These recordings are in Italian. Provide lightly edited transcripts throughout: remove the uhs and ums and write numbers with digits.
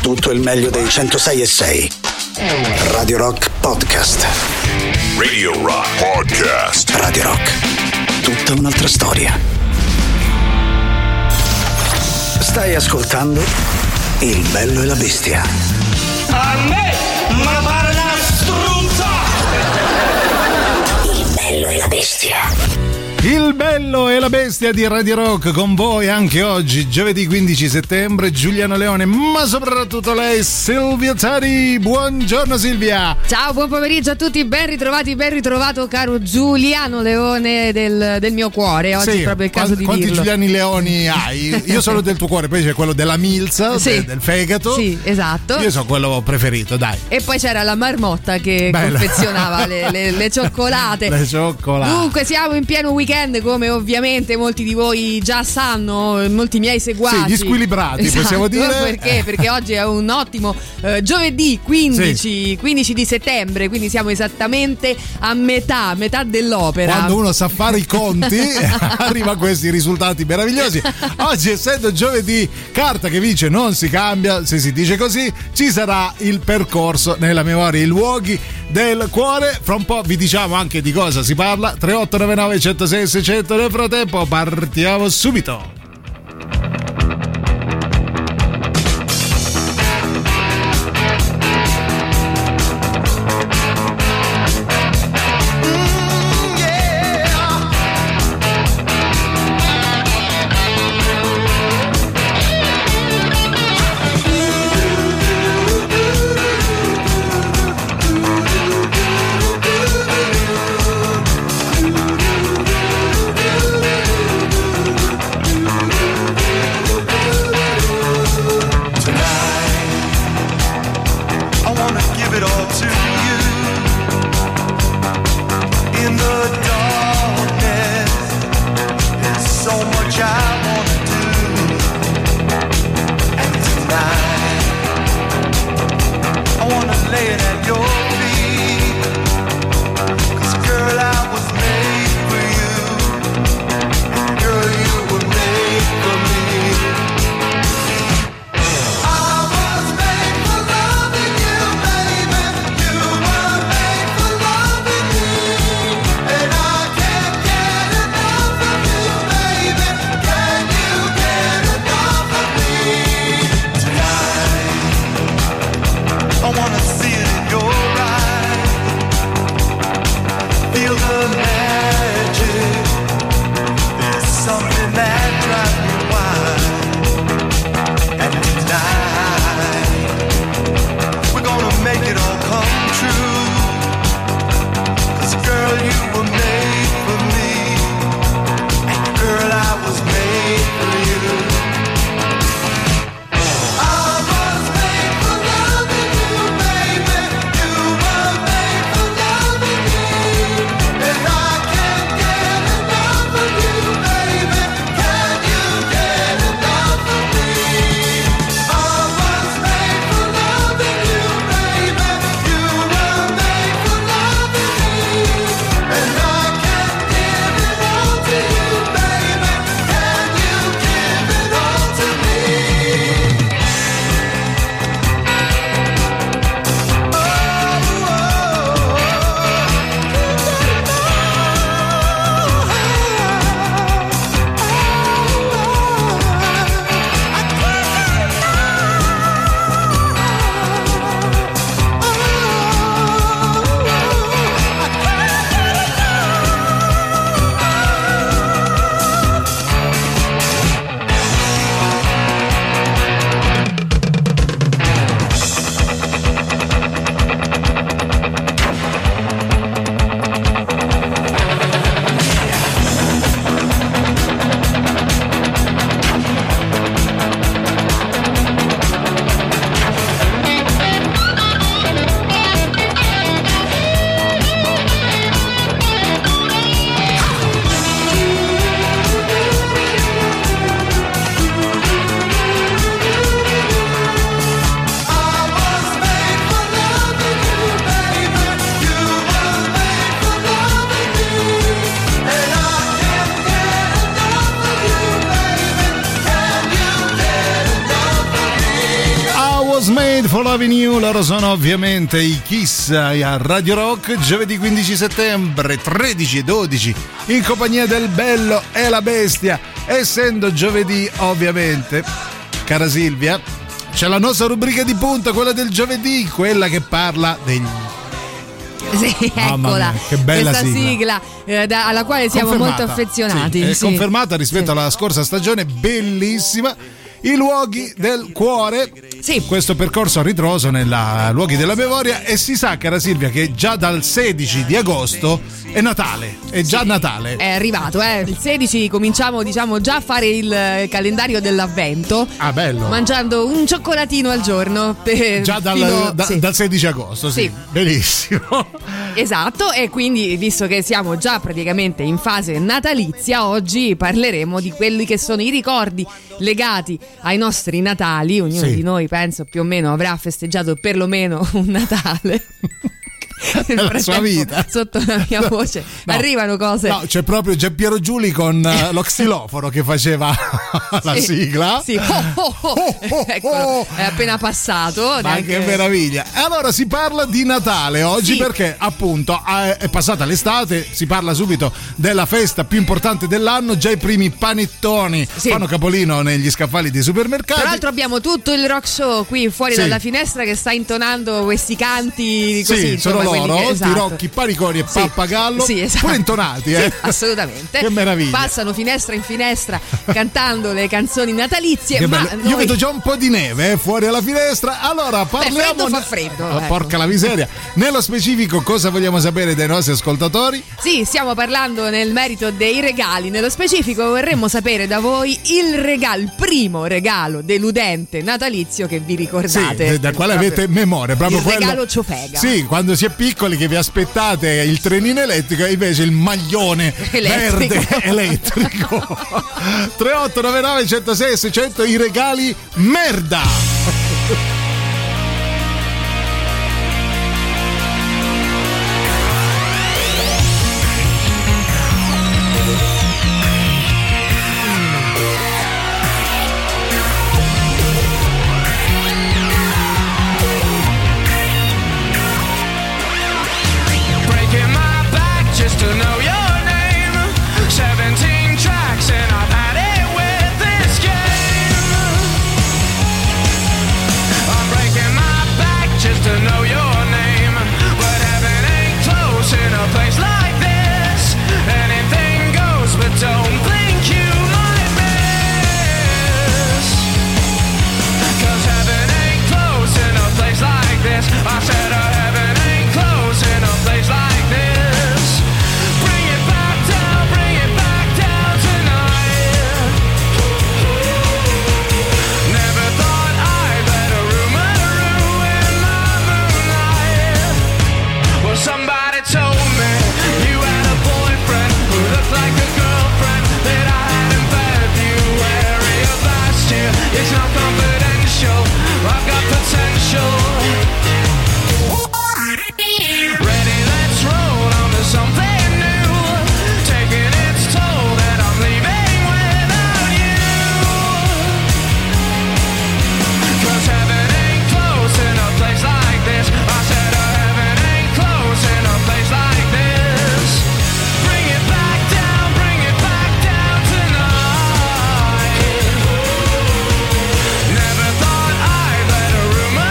tutto il meglio dei 106.6. Radio Rock Podcast. Radio Rock Podcast. Radio Rock. Tutta un'altra storia. Stai ascoltando Il bello e la bestia. A me, ma pare una struzza! Il bello e la bestia. Il bello e la bestia di Radio Rock con voi anche oggi, giovedì 15 settembre. Giuliano Leone, ma soprattutto lei, Silvia Tari. Buongiorno Silvia. Ciao, buon pomeriggio a tutti, ben ritrovati, ben ritrovato caro Giuliano Leone del mio cuore. Oggi è proprio il caso di quanti dirlo. Giuliani Leoni hai? Io sono del tuo cuore, poi c'è quello della milza, Sì. del fegato. Sì, esatto. Io sono quello preferito, dai. E poi c'era la marmotta che Bella. confezionava le cioccolate. Le cioccolate. Dunque siamo in pieno weekend, come ovviamente molti di voi già sanno, molti miei seguaci. Sì, gli squilibrati, possiamo dire. Perché? Perché oggi è un ottimo giovedì 15 di settembre, quindi siamo esattamente a metà dell'opera. Quando uno sa fare i conti arriva a questi risultati meravigliosi. Oggi, essendo giovedì, carta che vince non si cambia, se si dice così, ci sarà il percorso nella memoria, i luoghi del cuore. Fra un po' vi diciamo anche di cosa si parla. 3899 106 600. Nel frattempo partiamo subito. Was Made for Loving You, loro sono ovviamente i Kiss a Radio Rock, giovedì 15 settembre 13:12 in compagnia del Bello e la Bestia. Essendo giovedì, ovviamente, cara Silvia, c'è la nostra rubrica di punta, quella del giovedì, quella che parla degli... Sì, eccola, mia, che bella questa sigla alla quale siamo molto affezionati. Sì, è confermata rispetto alla scorsa stagione, bellissima. I luoghi del cuore, sì. Questo percorso a ritroso nei luoghi della memoria, e si sa, cara Silvia, che già dal 16 di agosto è Natale, è già Natale. È arrivato, il 16 cominciamo, diciamo, già a fare il calendario dell'avvento. Ah, bello. Mangiando un cioccolatino al giorno. Già dal 16 agosto, sì. Benissimo. Esatto, e quindi, visto che siamo già praticamente in fase natalizia, oggi parleremo di quelli che sono i ricordi legati ai nostri Natali. Ognuno di noi, penso, più o meno avrà festeggiato perlomeno un Natale. La sua vita. Sotto la mia voce arrivano cose. No, c'è proprio Giampiero Giuli con lo xilofono che faceva la sigla. Sì, Eccolo, è appena passato. Ma che meraviglia. Allora si parla di Natale oggi, perché appunto è passata l'estate, si parla subito della festa più importante dell'anno, già i primi panettoni fanno capolino negli scaffali dei supermercati. Tra l'altro abbiamo tutto il rock show qui fuori dalla finestra che sta intonando questi canti così. Sono loro, Tirocchi, Paniconi e Pappagallo, esatto. Pure intonati, Sì, assolutamente. Che meraviglia. Passano finestra in finestra cantando le canzoni natalizie. Ma io vedo già un po' di neve fuori alla finestra. Allora parliamo. Fa freddo. Porca la miseria. Nello specifico, cosa vogliamo sapere dai nostri ascoltatori? Sì, stiamo parlando nel merito dei regali. Nello specifico vorremmo sapere da voi il primo regalo deludente natalizio che vi ricordate. Sì, da quale avete memoria. Proprio il regalo ciofega. Sì, quando si è piccoli che vi aspettate il trenino elettrico e invece il maglione verde elettrico. 3899 106 600, i regali merda. To know your name, 17 tracks and I've had it with this game. I'm breaking my back just to know your name, but heaven ain't close in a place like this. Anything goes, but don't think you might miss, 'cause heaven ain't close in a place like this. I said heaven ain't close in a place like this. Somebody told me you had a boyfriend who looked like a girlfriend that I had in February of last year. It's not confidential, I've got potential. Ready, let's roll on to something new, taking its toll that I'm leaving without you. 'Cause heaven ain't close in a place like this. I said in a place like this. Bring it back down tonight. Never thought I'd let a rumor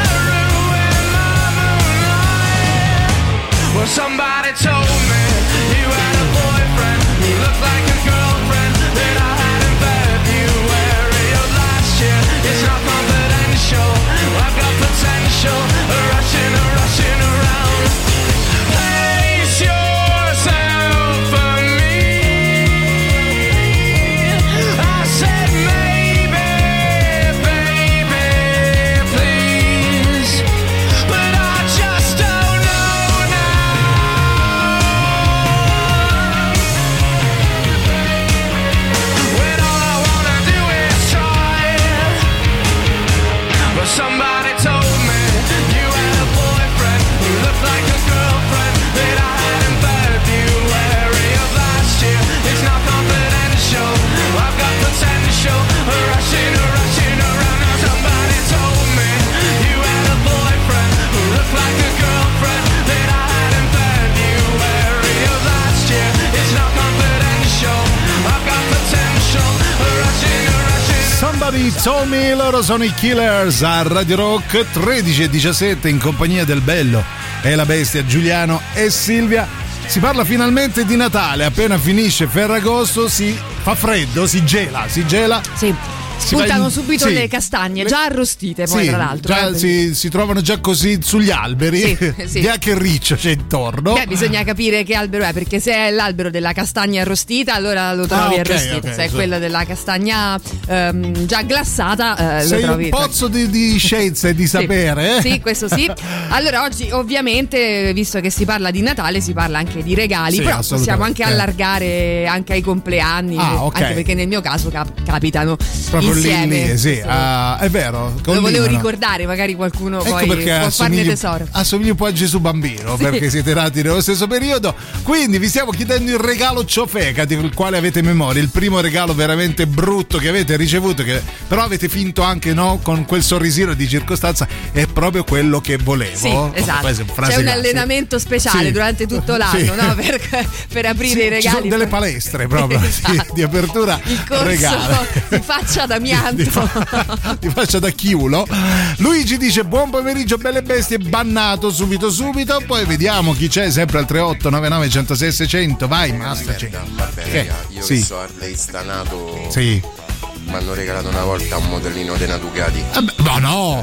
Tommy, loro sono i Killers a Radio Rock 13:17 in compagnia del bello e la bestia Giuliano e Silvia. Si parla finalmente di Natale, appena finisce Ferragosto si fa freddo, si gela. Sì. Spuntano subito le castagne, già arrostite poi, tra l'altro. Già, si trovano già così sugli alberi, sì. Che riccio c'è intorno. Bisogna capire che albero è, perché se è l'albero della castagna arrostita, allora lo trovi arrostito. Se è quello della castagna già glassata, sei lo trovi. Un pozzo di scienza e di sapere. Sì, questo sì. Allora oggi ovviamente, visto che si parla di Natale, si parla anche di regali, però possiamo anche allargare anche ai compleanni, anche perché nel mio caso capitano insieme. Lì, è vero. Lo volevo ricordare, magari qualcuno poi può farne tesoro. Assomigli un po' a Gesù Bambino, perché siete nati nello stesso periodo. Quindi vi stiamo chiedendo il regalo ciofeca del quale avete memoria, il primo regalo veramente brutto che avete ricevuto, che però avete finto anche con quel sorrisino di circostanza, è proprio quello che volevo. Sì, esatto. C'è un allenamento speciale durante tutto l'anno, no? per aprire i regali. Ci sono delle palestre proprio di apertura. Il corso regalo. di faccia d'amianto. Di faccia da chiulo. Luigi dice: buon pomeriggio belle bestie, bannato subito. Poi vediamo chi c'è, sempre al 3899 106 600. Vai Master. Io che so Harley stanato. Sì. Mi hanno regalato una volta un modellino della Ducati. No,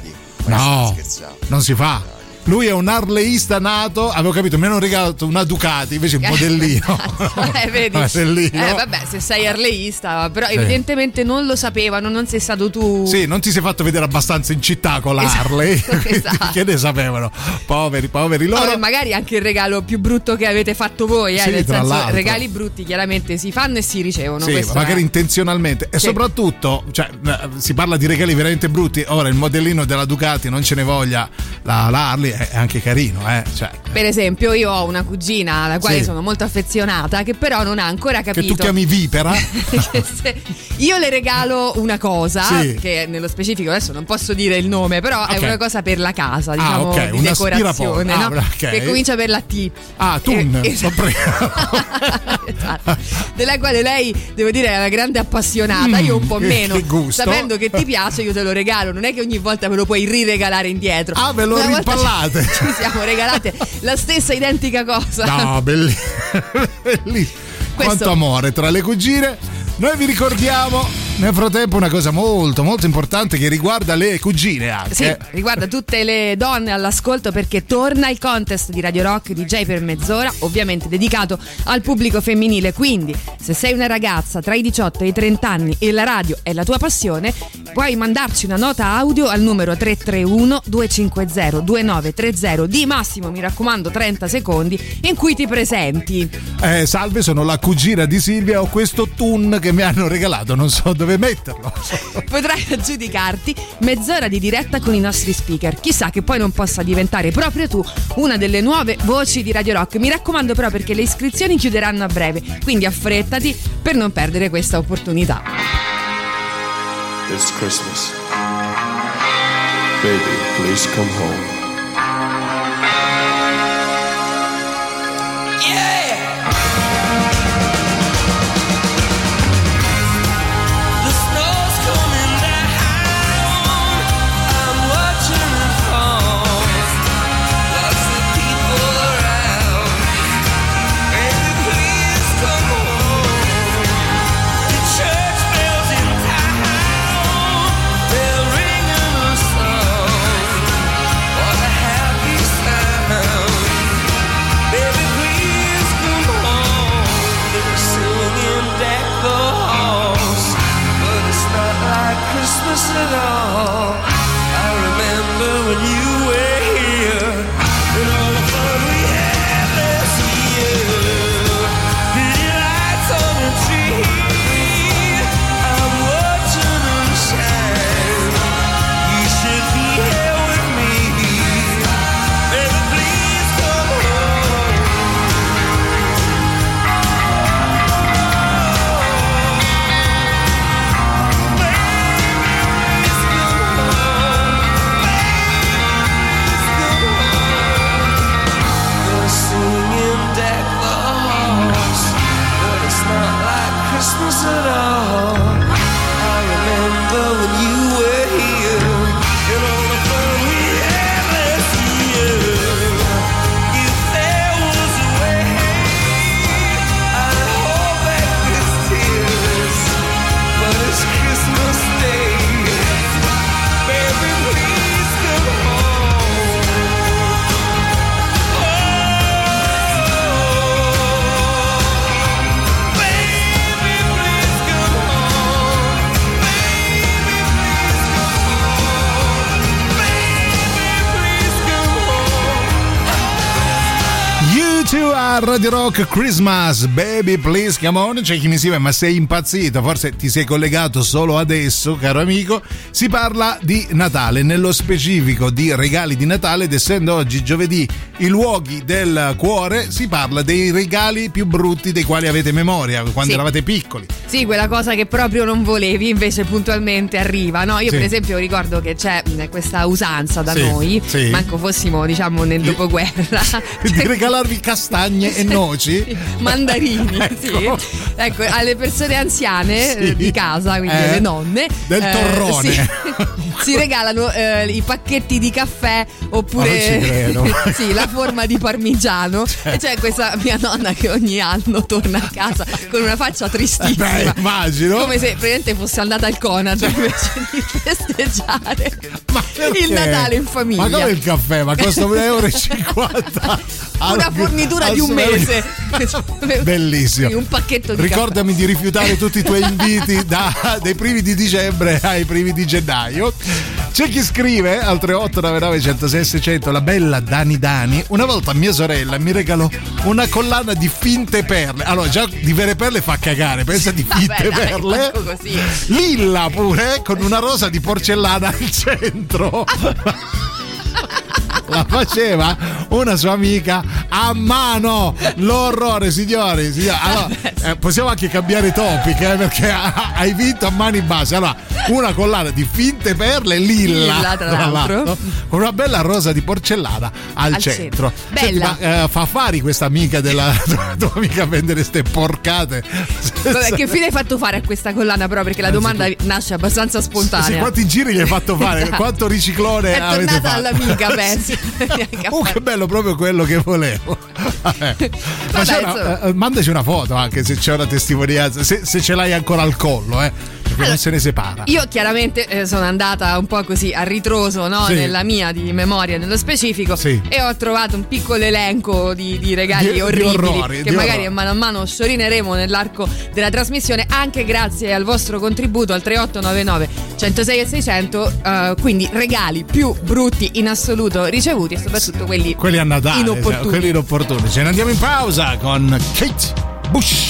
non si fa. Lui è un arleista nato, avevo capito, mi hanno regalato una Ducati, invece un modellino. Vedi? Vabbè, se sei arleista, però evidentemente non lo sapevano, non sei stato tu. Sì, non ti sei fatto vedere abbastanza in città con l'Harley. Esatto. Che ne sapevano? Poveri loro. No, magari anche il regalo più brutto che avete fatto voi, sì, nel senso, l'altro. Regali brutti chiaramente si fanno e si ricevono. Sì, magari intenzionalmente. E soprattutto, si parla di regali veramente brutti. Ora il modellino della Ducati, non ce ne voglia, la Harley è anche carino, Per esempio, io ho una cugina alla quale sono molto affezionata, che però non ha ancora capito. Che tu chiami Vipera? Io le regalo una cosa, che nello specifico adesso non posso dire il nome, però è una cosa per la casa, diciamo, di una decorazione, no? Che comincia per la T. Tun. Esatto. Della quale lei, devo dire, è una grande appassionata, io un po' meno. Che gusto. Sapendo che ti piace, io te lo regalo, non è che ogni volta me lo puoi riregalare indietro. Ve lo rimpallate. Ci siamo regalate la stessa identica cosa. No, bellissimo. Quanto amore tra le cugine. Noi vi ricordiamo nel frattempo una cosa molto molto importante che riguarda le cugine anche. Sì, riguarda tutte le donne all'ascolto, perché torna il contest di Radio Rock DJ per mezz'ora, ovviamente dedicato al pubblico femminile. Quindi se sei una ragazza tra i 18 e i 30 anni e la radio è la tua passione, puoi mandarci una nota audio al numero 331 250 2930 di massimo, mi raccomando, 30 secondi, in cui ti presenti. Salve, sono la cugina di Silvia, ho questo tun che mi hanno regalato, non so dove metterlo. Potrai aggiudicarti mezz'ora di diretta con i nostri speaker. Chissà che poi non possa diventare proprio tu una delle nuove voci di Radio Rock. Mi raccomando però, perché le iscrizioni chiuderanno a breve, quindi affrettati per non perdere questa opportunità. It's Christmas. Baby, please come home. They'll ring in a song. U2 a Radio Rock Christmas, baby please come on. C'è chi mi scrive: ma sei impazzito, forse ti sei collegato solo adesso, caro amico. Si parla di Natale, nello specifico di regali di Natale, ed essendo oggi giovedì i luoghi del cuore, si parla dei regali più brutti dei quali avete memoria quando eravate piccoli. Sì, quella cosa che proprio non volevi invece puntualmente arriva, no? Io per esempio ricordo che c'è questa usanza da noi, manco fossimo diciamo nel dopoguerra, di regalarvi castagne e noci, mandarini, ecco. Ecco, alle persone anziane di casa, quindi alle nonne del torrone, si regalano i pacchetti di caffè oppure sì, la forma di parmigiano. E c'è questa mia nonna che ogni anno torna a casa con una faccia tristissima, immagino, come se praticamente fosse andata al Conad invece di festeggiare il Natale in famiglia. Ma come il caffè? Ma costa 1,50 €? Una fornitura di un mese. Bellissimo. Un pacchetto di Ricordami di rifiutare tutti i tuoi inviti dai primi di dicembre ai primi di gennaio. C'è chi scrive al 3899 106 600, la bella Dani: una volta mia sorella mi regalò una collana di finte perle. Allora già di vere perle fa cagare, pensa di finte perle. Così. Lilla pure, con una rosa di porcellana al centro. La faceva una sua amica a mano. L'orrore, signori. Allora, possiamo anche cambiare topic, perché hai vinto a mani basse. Allora, una collana di finte perle lilla tra l'altro, con una bella rosa di porcellana al centro. Bella. Senti, ma fa affari questa amica della tua amica a vendere ste porcate? Vabbè, che fine hai fatto fare a questa collana però? Perché la domanda nasce abbastanza spontanea. Sì, quanti giri gli hai fatto fare? Quanto riciclone è avete tornata fatto? All'amica, penso. Che bello, proprio quello che volevo. Ma mandaci una foto anche se c'è una testimonianza, se ce l'hai ancora al collo, perché non se ne separa. Io chiaramente sono andata un po' così a ritroso, no? Nella mia di memoria nello specifico, e ho trovato un piccolo elenco di regali orribili che magari mano a mano sciorineremo nell'arco della trasmissione, anche grazie al vostro contributo al 3899 106 e 600. Quindi regali più brutti in assoluto ricevuti, e soprattutto quelli a Natale, inopportuni. Quelli inopportuni. Ce ne andiamo in pausa con Kate Bush.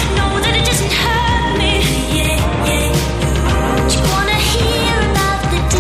Wanna hear about the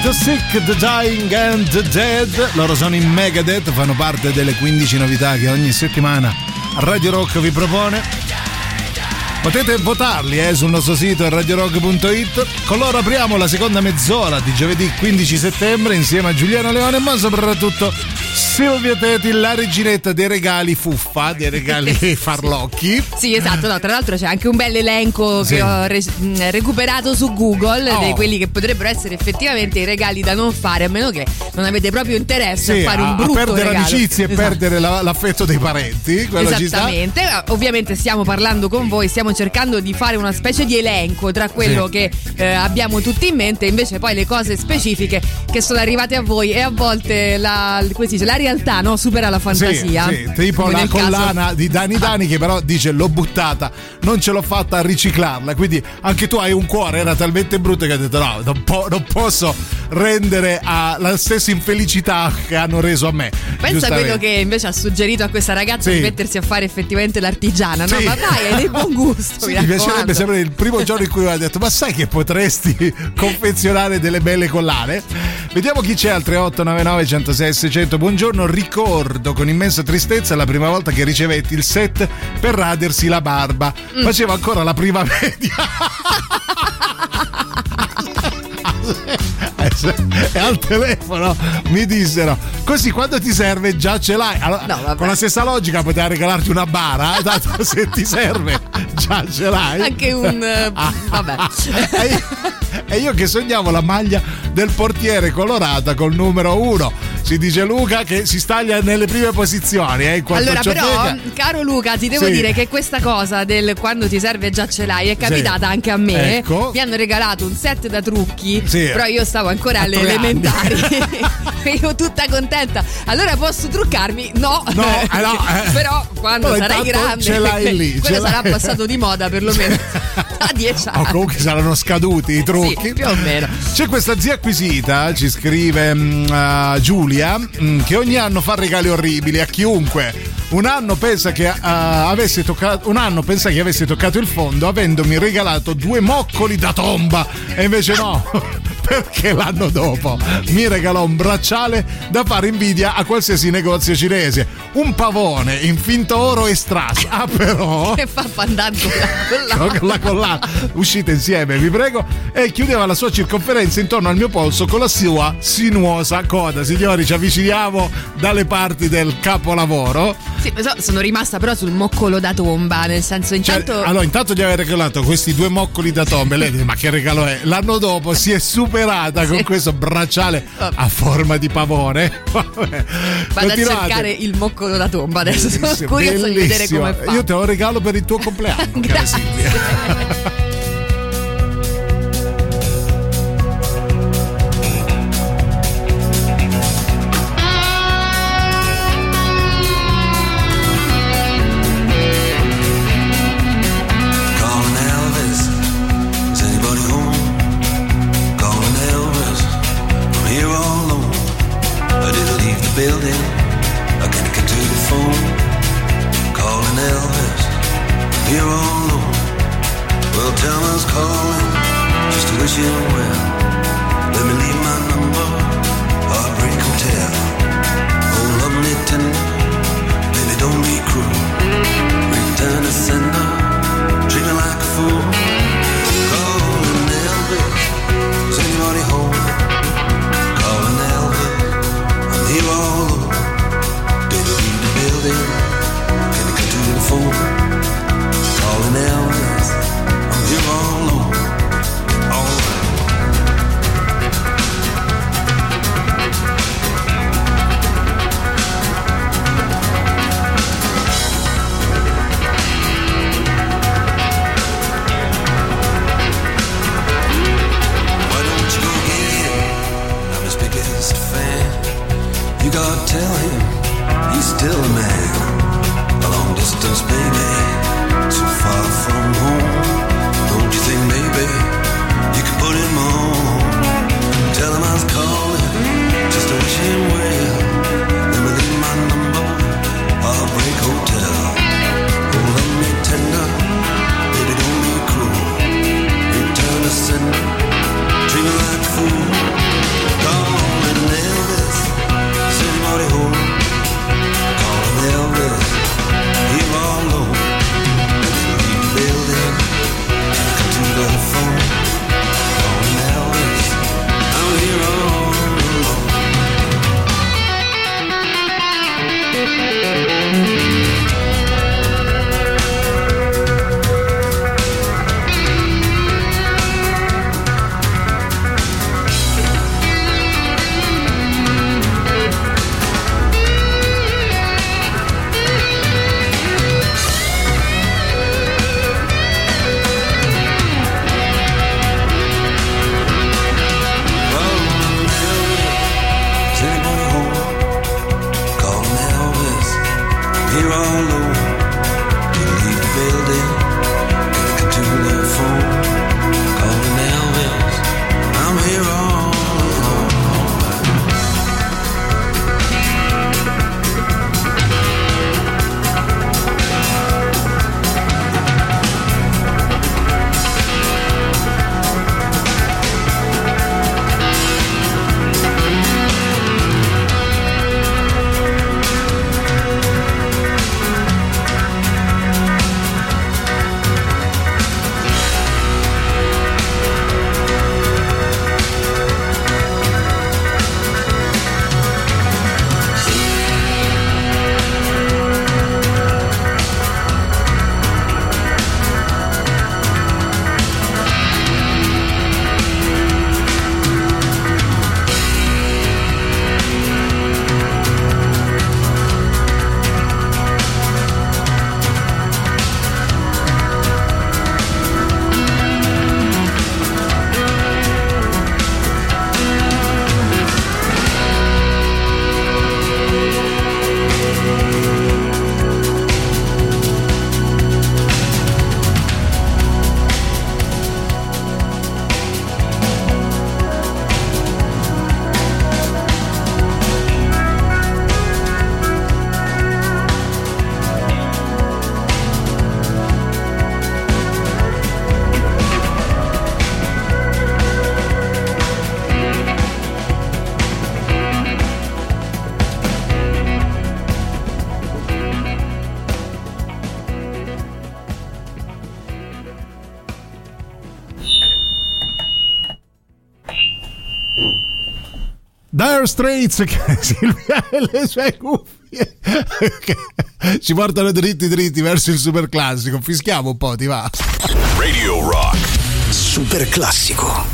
The Sick, The Dying and The Dead. Loro sono in Megadeth, fanno parte delle 15 novità che ogni settimana Radio Rock vi propone. Potete votarli sul nostro sito radiorock.it. Con loro apriamo la seconda mezz'ora di giovedì 15 settembre insieme a Giuliano Leone, ma soprattutto Silvia Teti, la reginetta dei regali fuffa, dei regali farlocchi. Sì, esatto, no, tra l'altro c'è anche un bel elenco che ho recuperato su Google di quelli che potrebbero essere effettivamente i regali da non fare, a meno che non avete proprio interesse a fare un brutto regalo. A perdere amicizie e perdere l'affetto dei parenti, quello esattamente. Ci sta. Ovviamente stiamo parlando con voi, stiamo cercando di fare una specie di elenco tra quello che abbiamo tutti in mente e invece poi le cose specifiche che sono arrivate a voi, e a volte la realtà supera la fantasia. Sì, tipo la collana di Dani che però dice l'ho buttata, non ce l'ho fatta a riciclarla, quindi anche tu hai un cuore, era talmente brutto che hai detto no, non posso rendere la stessa infelicità che hanno reso a me. Pensa a quello che invece ha suggerito a questa ragazza di mettersi a fare effettivamente l'artigiana, no? Ma dai, hai del buon gusto. Mi piacerebbe sempre il primo giorno in cui aveva detto ma sai che potresti confezionare delle belle collane? Vediamo chi c'è al 3899 106 600. Buongiorno, ricordo con immensa tristezza la prima volta che ricevetti il set per radersi la barba. Facevo ancora la prima media. E al telefono mi dissero così quando ti serve già ce l'hai. Allora, con la stessa logica poteva regalarti una bara, tanto se ti serve già ce l'hai. Anche un vabbè. E io che sognavo la maglia del portiere colorata col numero 1. Ci dice Luca che si staglia nelle prime posizioni. Allora però, caro Luca, ti devo dire che questa cosa del quando ti serve già ce l'hai è capitata anche a me. Ecco. Mi hanno regalato un set da trucchi, però io stavo ancora alle elementari. Io tutta contenta. Allora posso truccarmi? No. Però quando sarai grande ce l'hai lì. Quello sarà passato di moda perlomeno a 10 anni. Comunque saranno scaduti i trucchi. Sì, più o meno. C'è questa zia acquisita, ci scrive Giulia, che ogni anno fa regali orribili a chiunque. Un anno pensa che avesse toccato il fondo avendomi regalato 2 moccoli da tomba, e invece no. Perché l'anno dopo mi regalò un bracciale da fare invidia a qualsiasi negozio cinese, un pavone in finto oro e strass. Però che fa pandanzo con la collana. Uscite insieme, vi prego. E chiudeva la sua circonferenza intorno al mio polso con la sua sinuosa coda. Signori, ci avviciniamo dalle parti del capolavoro. Sì, sono rimasta però sul moccolo da tomba, nel senso intanto gli aveva regalato questi 2 moccoli da tomba e lei dice ma che regalo è? L'anno dopo si è superata con questo bracciale a forma di pavone. Vabbè. Vado a cercare il moccolo da tomba adesso, sono curioso di vedere come fa. Io te lo regalo per il tuo compleanno. Grazie. Building, I can't get to the phone. Calling Elvis, here all alone. Well, Thelma's calling, just to wish him well. Let me leave my number, Heartbreak Hotel. Oh, love me tender, baby, don't be cruel. Return to sender, treat me like a fool. Calling Elvis, is anybody home? Calling Elvis, here all alone. Did you leave the building? Can you come to the phone? Calling Elvis, I'm here all alone. All right. Why don't you go get him? I'm his biggest fan. You gotta tell him he's still a man. A long distance baby, so far from home. Don't you think maybe you could put him on? Tell him I was calling just to wish him well. Let me leave my number, Heartbreak Hotel. Oh, love me tender, baby, don't be cruel. Return to sender, treat me like a fool. Dire Straits, che Silvia e le sue cuffie ci portano dritti verso il super classico. Fischiamo un po', ti va? Radio Rock. Super classico.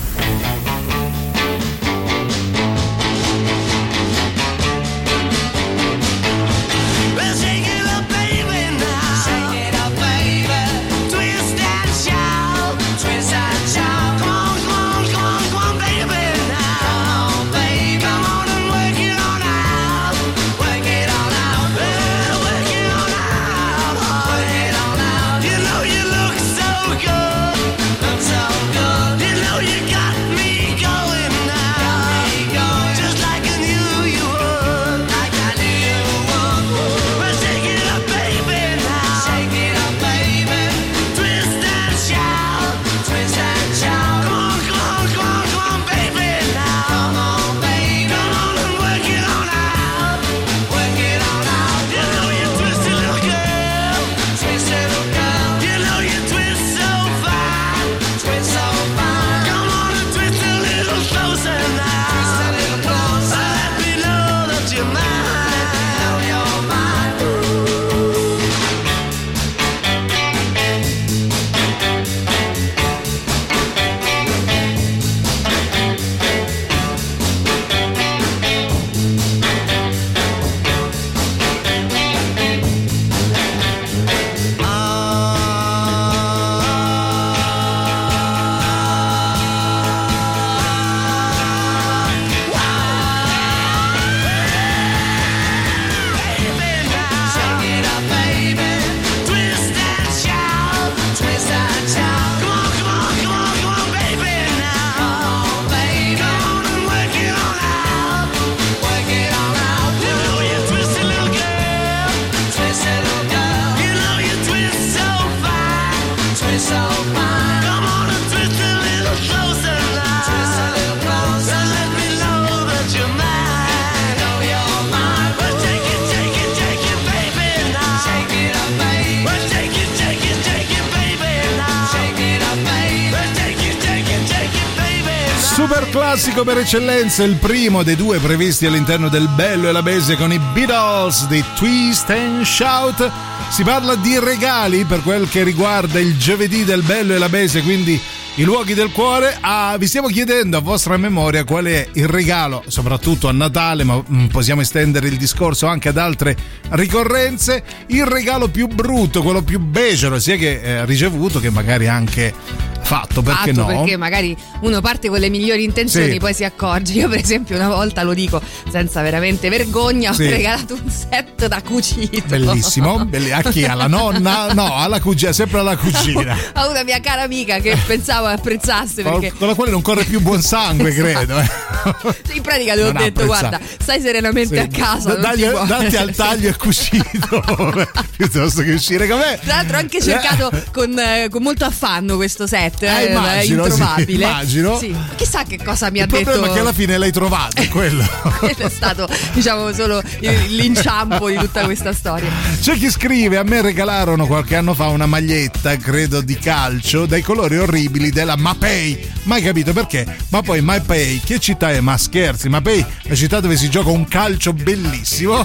Super classico per eccellenza, il primo dei due previsti all'interno del Bello e la Bestia con i Beatles di Twist and Shout. Si parla di regali per quel che riguarda il giovedì del Bello e la Bestia, quindi i luoghi del cuore. Vi stiamo chiedendo a vostra memoria qual è il regalo, soprattutto a Natale, ma possiamo estendere il discorso anche ad altre ricorrenze, il regalo più brutto, quello più becero, sia che ricevuto che magari anche fatto, perché no? Perché magari uno parte con le migliori intenzioni, sì, poi si accorge. Io per esempio una volta, lo dico senza veramente vergogna, sì, ho regalato un set da cucito. Bellissimo. A chi? Alla nonna? No, alla cugina, sempre alla cugina. A una mia cara amica che pensavo apprezzasse, perché con la quale non corre più buon sangue, credo. In pratica le ho detto: guarda, stai serenamente, sì, a casa, datti al taglio e cucito piuttosto che uscire con me. Tra l'altro ho anche cercato con molto affanno questo set, immagino, introvabile. Sì, immagino. Sì. Chissà che cosa mi ha detto. Il problema è che alla fine l'hai trovato, quello. Quello è stato, diciamo, solo l'inciampo di tutta questa storia. C'è chi scrive: a me regalarono qualche anno fa una maglietta, credo di calcio, dai colori orribili della Mapei. Mai capito perché? Ma poi Mapei, che città è? Ma scherzi, Mapei, la città dove si gioca un calcio bellissimo.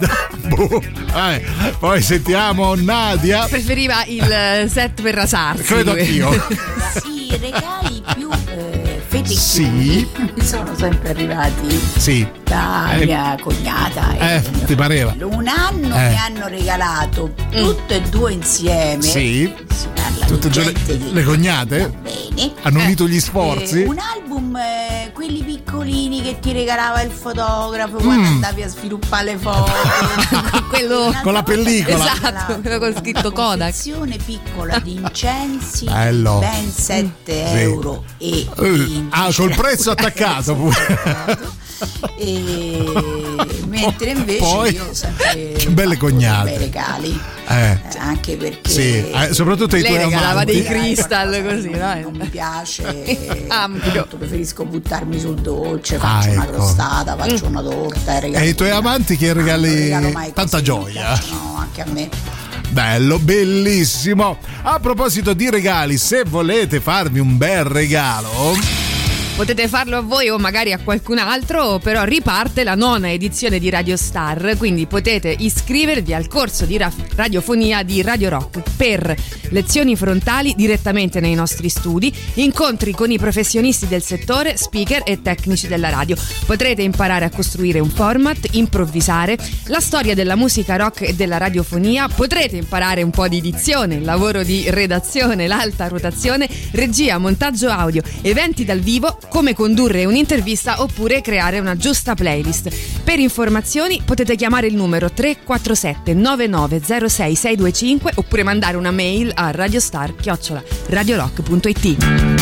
Poi sentiamo Nadia. Preferiva il set per rasarsi. Credo anch'io. Sì, i regali più fetici, sì, mi sono sempre arrivati, sì, da mia cognata ti pareva? Un anno mi hanno regalato tutte e due insieme, sì, si parla tutte le cognate bene, hanno unito gli sforzi, un album, quelli piccolini che ti regalava il fotografo quando andavi a sviluppare le foto. Quello con la pellicola, esatto, quello con scritto Kodak. Una confezione piccola di incensi, bello, ben 7 euro e col prezzo attaccato pure. E mentre invece poi, io ho sempre che belle cognate, bei regali, anche perché sì, soprattutto i tuoi amanti. Lei regalava dei crystal così, no? Non mi piace molto, preferisco buttarmi sul dolce, faccio una ecco, crostata, faccio una torta e i tuoi amanti che regali tanta gioia, no, anche a me. Bello, bellissimo. A proposito di regali, se volete farvi un bel regalo, Potete farlo a voi o magari a qualcun altro, però riparte la 9ª edizione di Radio Star, quindi potete iscrivervi al corso di radiofonia di Radio Rock per lezioni frontali direttamente nei nostri studi, incontri con i professionisti del settore, speaker e tecnici della radio. Potrete imparare a costruire un format, improvvisare, la storia della musica rock e della radiofonia, potrete imparare un po' di dizione, il lavoro di redazione, l'alta rotazione, regia, montaggio audio, eventi dal vivo, come condurre un'intervista oppure creare una giusta playlist. Per informazioni potete chiamare il numero 347 9906 625 oppure mandare una mail a radiostar@radiorock.it.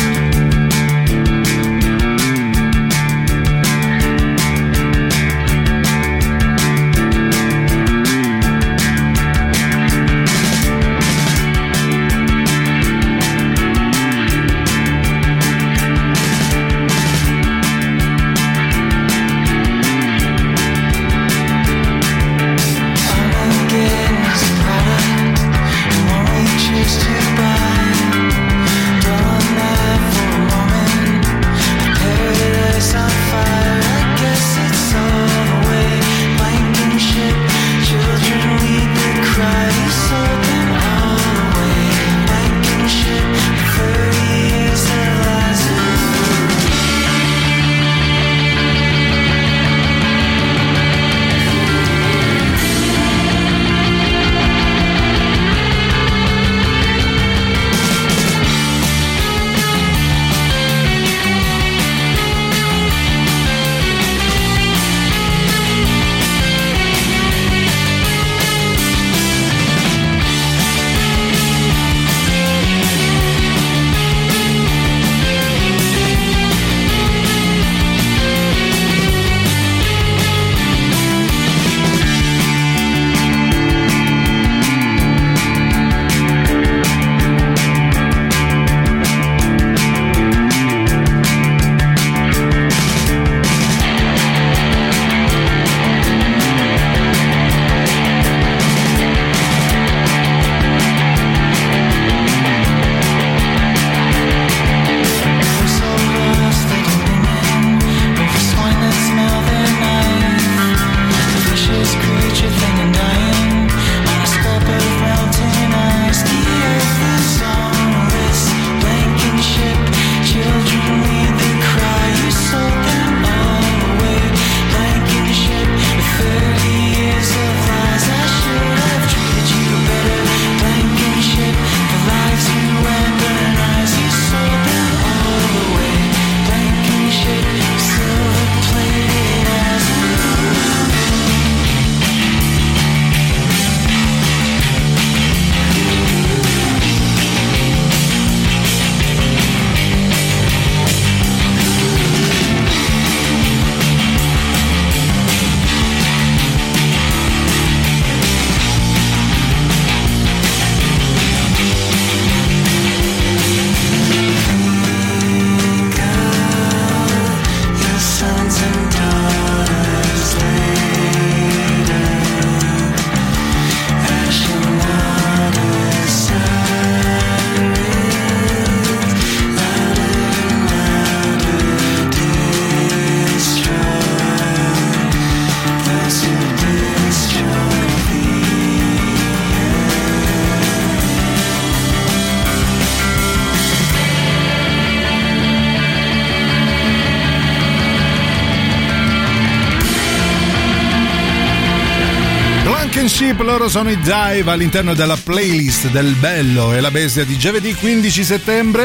Loro sono i Dive all'interno della playlist del Bello e la Bestia di giovedì 15 settembre.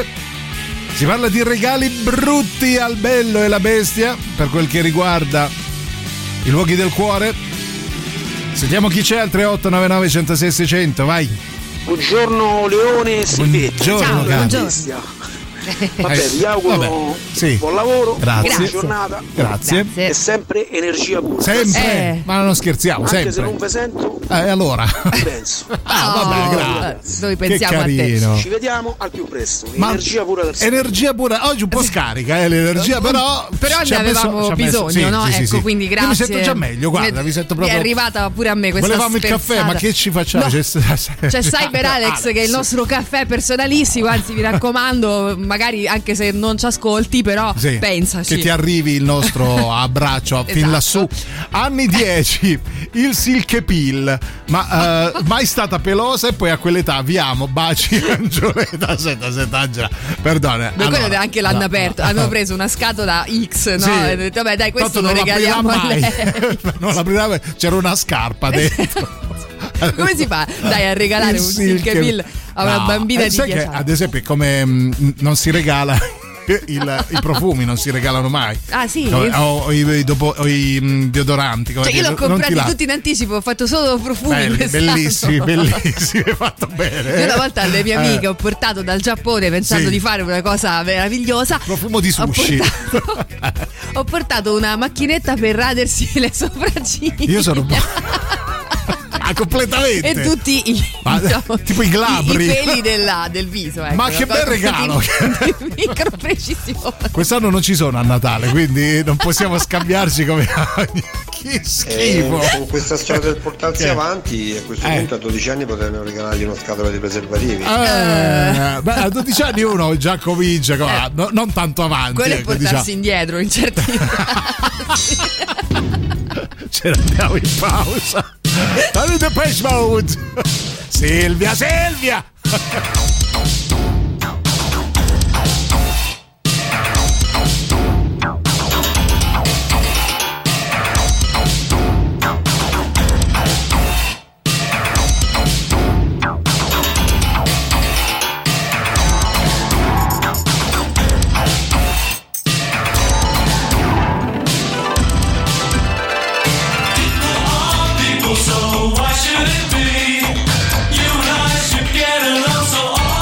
Si parla di regali brutti al Bello e la Bestia per quel che riguarda i luoghi del cuore. Sentiamo chi c'è al 3899 106 600, vai. Buongiorno Leone e Silvetta. Buongiorno, buongiorno. Vabbè, vi auguro buon lavoro, buona giornata. Grazie. E sempre energia pura. Sempre. Ma non scherziamo, anche sempre. se non vi sento. Allora. Penso. Vabbè, grazie. Noi pensiamo a te. Ci vediamo al più presto. Energia pura del energia pura. Oggi un po' scarica l'energia, però ne avevamo bisogno, no? Ecco, quindi grazie. Io mi sento già meglio, guarda, mi sento proprio. È arrivata pure a me questa Volevamo sferzata. il caffè, ma che ci facciamo? No. C'è Cyber Alex che è il nostro caffè personalissimo, anzi vi raccomando, magari magari anche se non ci ascolti, però sì, pensaci. Che ti arrivi il nostro abbraccio fin esatto. lassù. Anni 10, il Silke Pill, ma mai stata pelosa e poi a quell'età vi amo, baci Angioletta. Senta Angela, perdona. Ma quello anche l'hanno aperto, hanno preso una scatola X, no? Sì. E hanno detto, vabbè dai, questo lo non regaliamo a lei. Non l'aprirà mai, c'era una scarpa dentro. Come si fa? Dai, a regalare un Silke Pill a una bambina di 10 anni? Ad esempio, come non si regala i profumi, non si regalano mai. Ah sì? O i deodoranti. Cioè io l'ho comprati tutti in anticipo, ho fatto solo profumi. Bellissimi, hai fatto bene. Io una volta alle mie amiche ho portato dal Giappone pensando di fare una cosa meravigliosa. Profumo di sushi. Ho portato una macchinetta per radersi le sopracciglia. Io sono completamente. E tutti tipo i glabri, i peli del viso, ecco. Ma che bel regalo. Micro precisione. Quest'anno non ci sono a Natale, quindi non possiamo scambiarci come che schifo. Con questa storia del portarsi avanti, a questo punto a 12 anni potranno regalargli una scatola di preservativi. Beh, a 12 anni uno già comincia non tanto avanti. Quello è portarsi indietro in certi casi. Ce ne andiamo in pausa. Allora, Depeche Mode. Silvia. So why should it be? You and I should get along so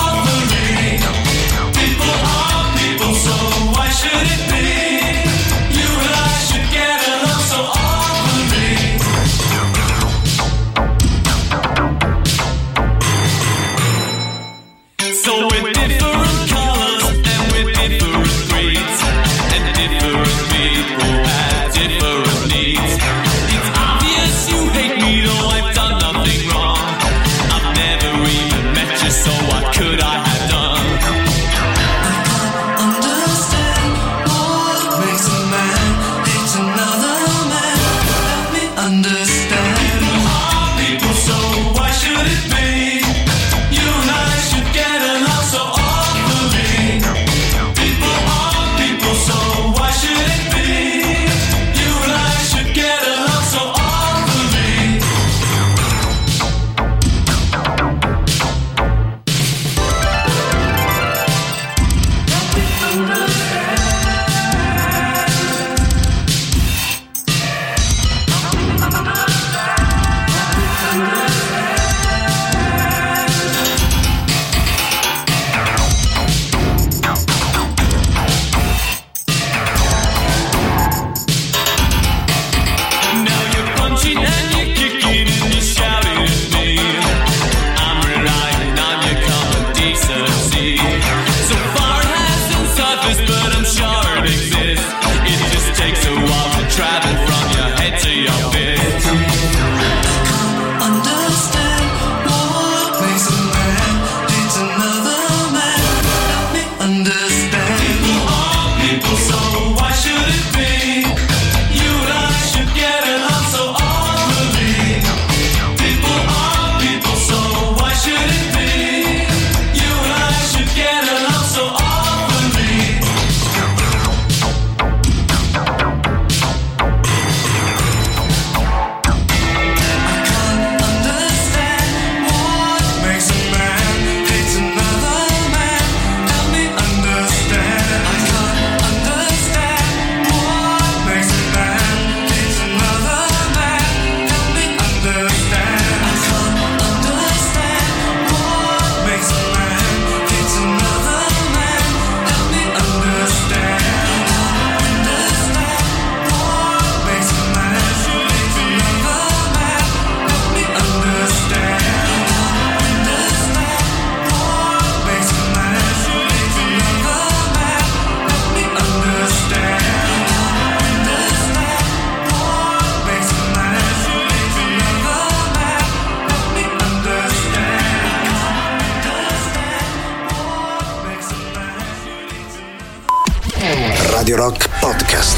Radio Rock Podcast.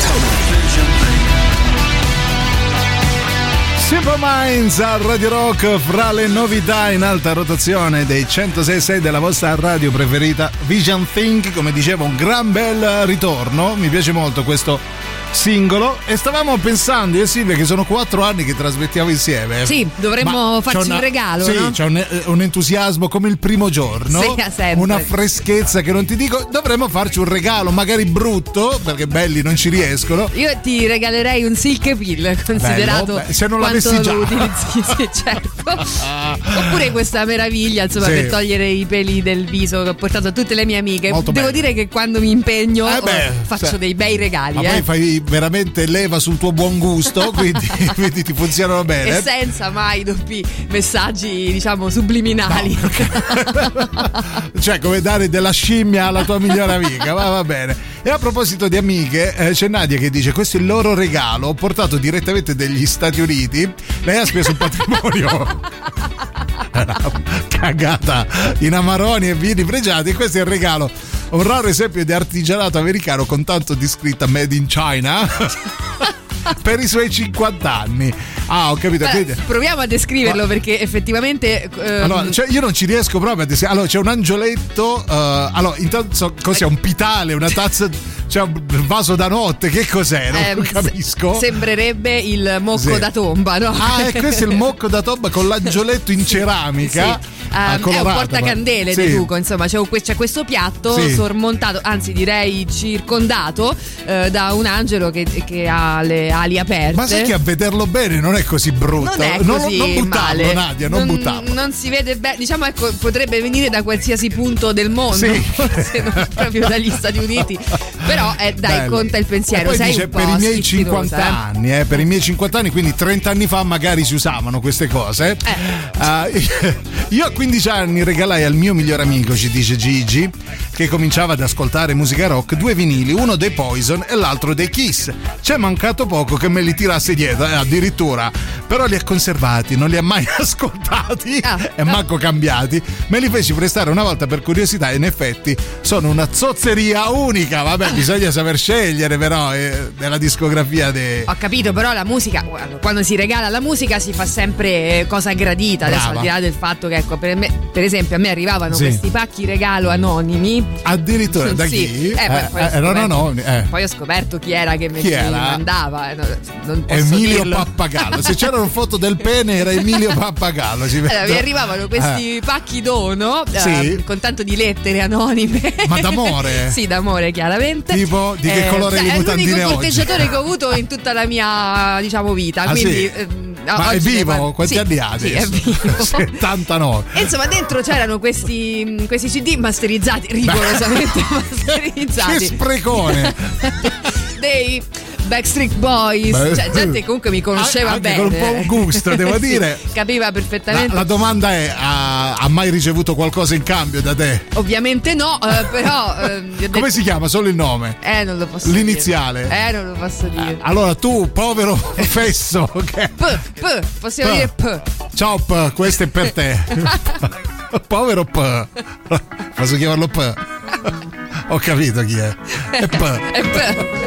Simple Minds a Radio Rock, fra le novità in alta rotazione dei 106.6 della vostra radio preferita, Vision Think. Come dicevo, un gran bel ritorno, mi piace molto questo singolo. E stavamo pensando io e Silvia che sono 4 anni che trasmettiamo insieme. Sì, dovremmo farci un regalo, sì, no? C'è un entusiasmo come il primo giorno, sì, sempre. Una freschezza che non ti dico. Dovremmo farci un regalo, magari brutto, perché belli non ci riescono. Io ti regalerei un silk pill, considerato bello, se non quanto l'avessi già lo utilizzi, sì, certo. Oppure questa meraviglia, insomma, sì, per togliere i peli del viso che ho portato a tutte le mie amiche. Molto Devo bello. dire che quando mi impegno faccio dei bei regali. Ma poi fai veramente leva sul tuo buon gusto, quindi ti funzionano bene. E senza mai doppi messaggi, diciamo, subliminali. No. Cioè, come dare della scimmia alla tua migliore amica, va bene. E a proposito di amiche, c'è Nadia che dice: questo è il loro regalo, ho portato direttamente dagli Stati Uniti. Lei ha speso un patrimonio cagata in amaroni e vini pregiati, e questo è il regalo, un raro esempio di artigianato americano con tanto di scritta Made in China per i suoi 50 anni. Ah, ho capito. Proviamo a descriverlo, perché effettivamente allora, cioè, io non ci riesco proprio a descrivere. Allora, c'è un angioletto, allora, intanto cos'è? Un pitale, una tazza, c'è un vaso da notte, che cos'è? Non capisco. Sembrerebbe il mocco sì, da tomba, no? Ah, e questo è il mocco da tomba con l'angioletto in ceramica. Sì. È un portacandele di Duco, insomma, c'è questo piatto sormontato, anzi direi circondato da un angelo che ha le ali aperte. Ma sai che a vederlo bene non è così brutto? Non è così non buttarlo, male. Nadia, non buttarlo. Non si vede bene, diciamo, ecco, potrebbe venire da qualsiasi punto del mondo, sì, se non proprio dagli Stati Uniti. Però dai, bello. Conta il pensiero. Poi sei dice, un po' per i miei schizzinosa, 50 anni, per i miei 50 anni, quindi 30 anni fa magari si usavano queste cose. Io a 15 anni regalai al mio migliore amico, ci dice Gigi, che cominciava ad ascoltare musica rock, 2 vinili, uno dei Poison e l'altro dei Kiss. C'è mancato poco che me li tirasse dietro, addirittura. Però li ha conservati, non li ha mai ascoltati e manco cambiati. Me li feci prestare una volta per curiosità e in effetti sono una zozzeria unica. Vabbè, bisogna saper scegliere però nella discografia Ho capito, però la musica, quando si regala la musica si fa sempre cosa gradita. Brava. Adesso, al di là del fatto che, ecco, per esempio a me arrivavano questi pacchi regalo anonimi. Addirittura da chi? Sì. Poi erano anonimi. Poi ho scoperto chi era che me li mandava. Non posso Emilio dirlo. Pappagallo. Se c'erano foto del pene era Emilio Pappagallo. Mi arrivavano questi pacchi dono con tanto di lettere anonime. Ma d'amore? Sì, d'amore, chiaramente. Tipo di che colore le mutandine oggi? È l'unico corteggiatore che ho avuto in tutta la mia, diciamo, vita. Quindi ma è vivo? Quanti anni ha adesso? Sì, è vivo. 79. E insomma, dentro c'erano questi CD masterizzati, rigorosamente masterizzati. Che sprecone! Dei Backstreet Boys, cioè gente che comunque mi conosceva anche bene, con un buon gusto, devo dire. Capiva perfettamente. La domanda è: ha mai ricevuto qualcosa in cambio da te? Ovviamente no, però come si chiama? Solo il nome? Non lo posso L'iniziale? dire. Non lo posso dire. Allora tu, povero fesso, okay. Possiamo dire P. Ciao P, questo è per te. Povero P. Posso chiamarlo P? Ho capito chi è. È P. È P.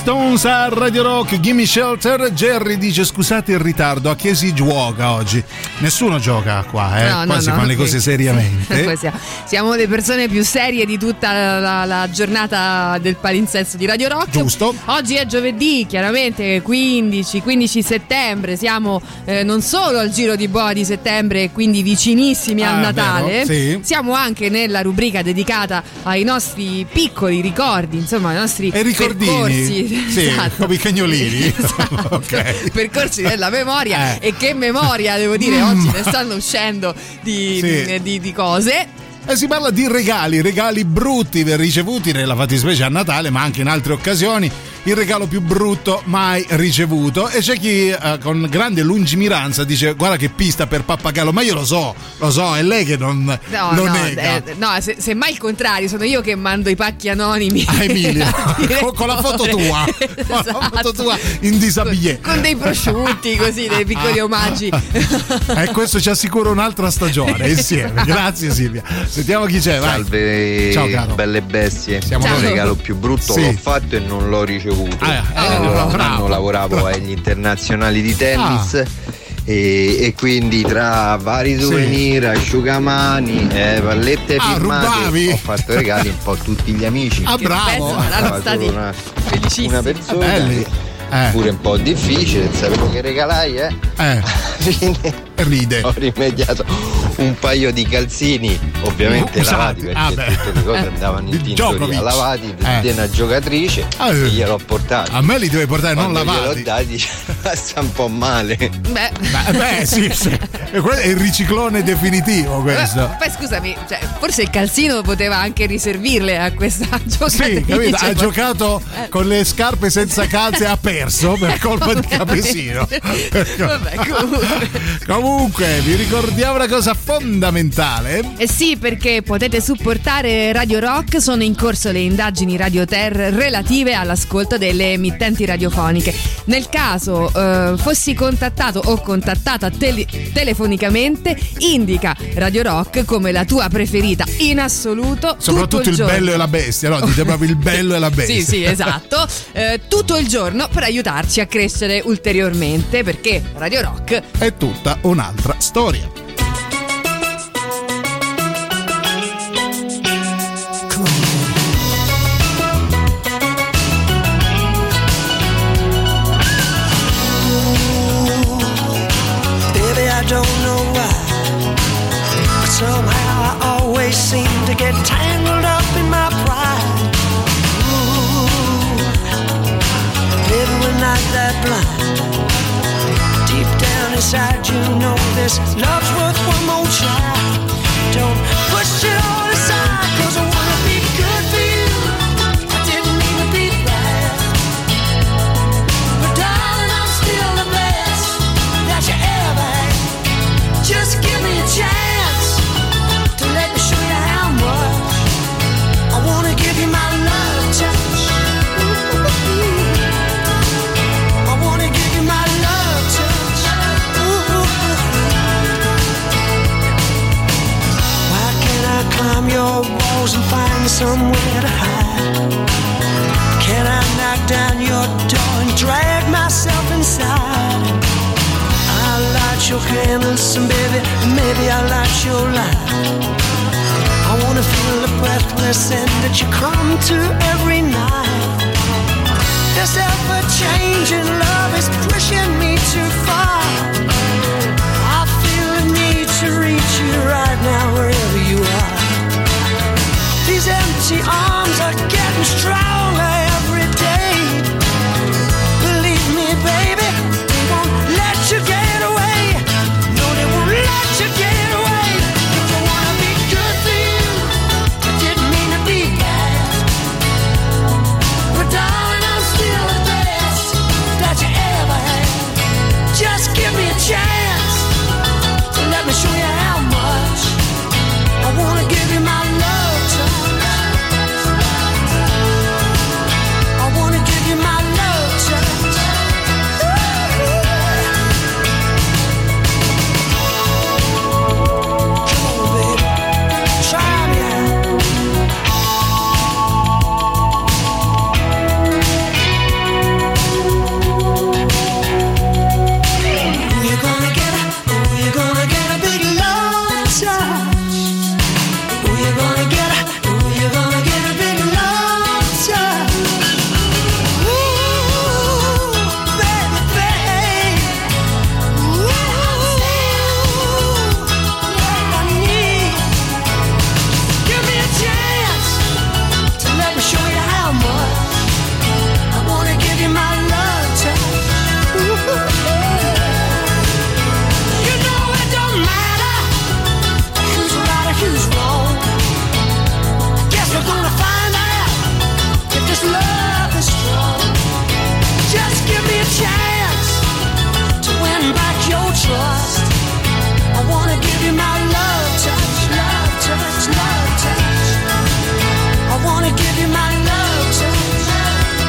Stones a Radio Rock, Gimme Shelter. Jerry dice: scusate il ritardo, a che si gioca oggi? Nessuno gioca qua, qua si fanno le cose seriamente. Siamo le persone più serie di tutta la giornata del palinsesto di Radio Rock. Giusto. Oggi è giovedì, chiaramente 15 settembre, siamo non solo al giro di boa di settembre, quindi vicinissimi al Natale, sì. Siamo anche nella rubrica dedicata ai nostri piccoli ricordi, insomma ai nostri percorsi, sì, esatto. Come i cagnolini. Esatto. Okay. Percorsi della memoria. E che memoria, devo dire, oggi ne stanno uscendo di cose. E si parla di regali brutti ricevuti nella fattispecie a Natale, ma anche in altre occasioni. Il regalo più brutto mai ricevuto, e c'è chi con grande lungimiranza dice: guarda che pista per pappagallo, ma io lo so, è lei che non nega. Semmai il contrario, sono io che mando i pacchi anonimi a Emilia con la foto tua, esatto. Con la foto tua in disabillé, con dei prosciutti, così, dei piccoli omaggi. E questo ci assicura un'altra stagione insieme. Grazie Silvia. Sentiamo chi c'è. Salve. Ciao caro. Belle bestie. Siamo il regalo più brutto l'ho fatto e non l'ho ricevuto. Allora, un anno lavoravo agli internazionali di tennis e quindi tra vari souvenir, asciugamani, pallette firmate, ho fatto regali un po' a tutti gli amici. Bravo. Saranno stati una persona pure un po' difficile, sapevo che regalai, ride. Ho rimediato un paio di calzini, ovviamente lavati, perché tutte le cose andavano in tintoria, lavati di una giocatrice, e gliel'ho portati. A me li devi portare, non lavati. Gliel'ho dati, sta un po' male. Beh, sì. E quello è il riciclone definitivo, questo. Poi scusami, forse il calzino poteva anche riservirle a questa giocatrice. Sì, capito? Ha giocato con le scarpe senza calze, ha perso per colpa di Capesino. Vabbè, comunque vi ricordiamo una cosa fondamentale. Sì, perché potete supportare Radio Rock. Sono in corso le indagini Radio Ter relative all'ascolto delle emittenti radiofoniche. Nel caso fossi contattato o contattata telefonicamente, indica Radio Rock come la tua preferita in assoluto. Soprattutto il bello e la bestia, no? Dite proprio il bello e la bestia. Sì, esatto. Tutto il giorno per aiutarci a crescere ulteriormente, perché Radio Rock è tutta un'altra storia. Baby, I don't know why, but somehow I always seem to get tangled up in my pride. Baby, we're not that blind. Deep down inside, you know this love's worth one more try. Don't push it all aside, 'cause I wanna be good for you. I didn't mean to be bad, but darling, I'm still the best that you ever had. Just give me a chance to let me show you how much I wanna give you my love touch. Climb your walls and find somewhere to hide. Can I knock down your door and drag myself inside? I'll light your candles and baby, maybe I'll light your light. I wanna feel the breathless end that you come to every night. This ever-changing love is pushing me too far. I feel the need to reach you right now, wherever you are. These empty arms are getting stronger every day. Believe me, baby, they won't let you get away. No, they won't let you get away. I wanna be good for you. I didn't mean to be bad, but darling, I'm still the best that you ever had. Just give me a chance to let me show you how much I wanna give you my love touch.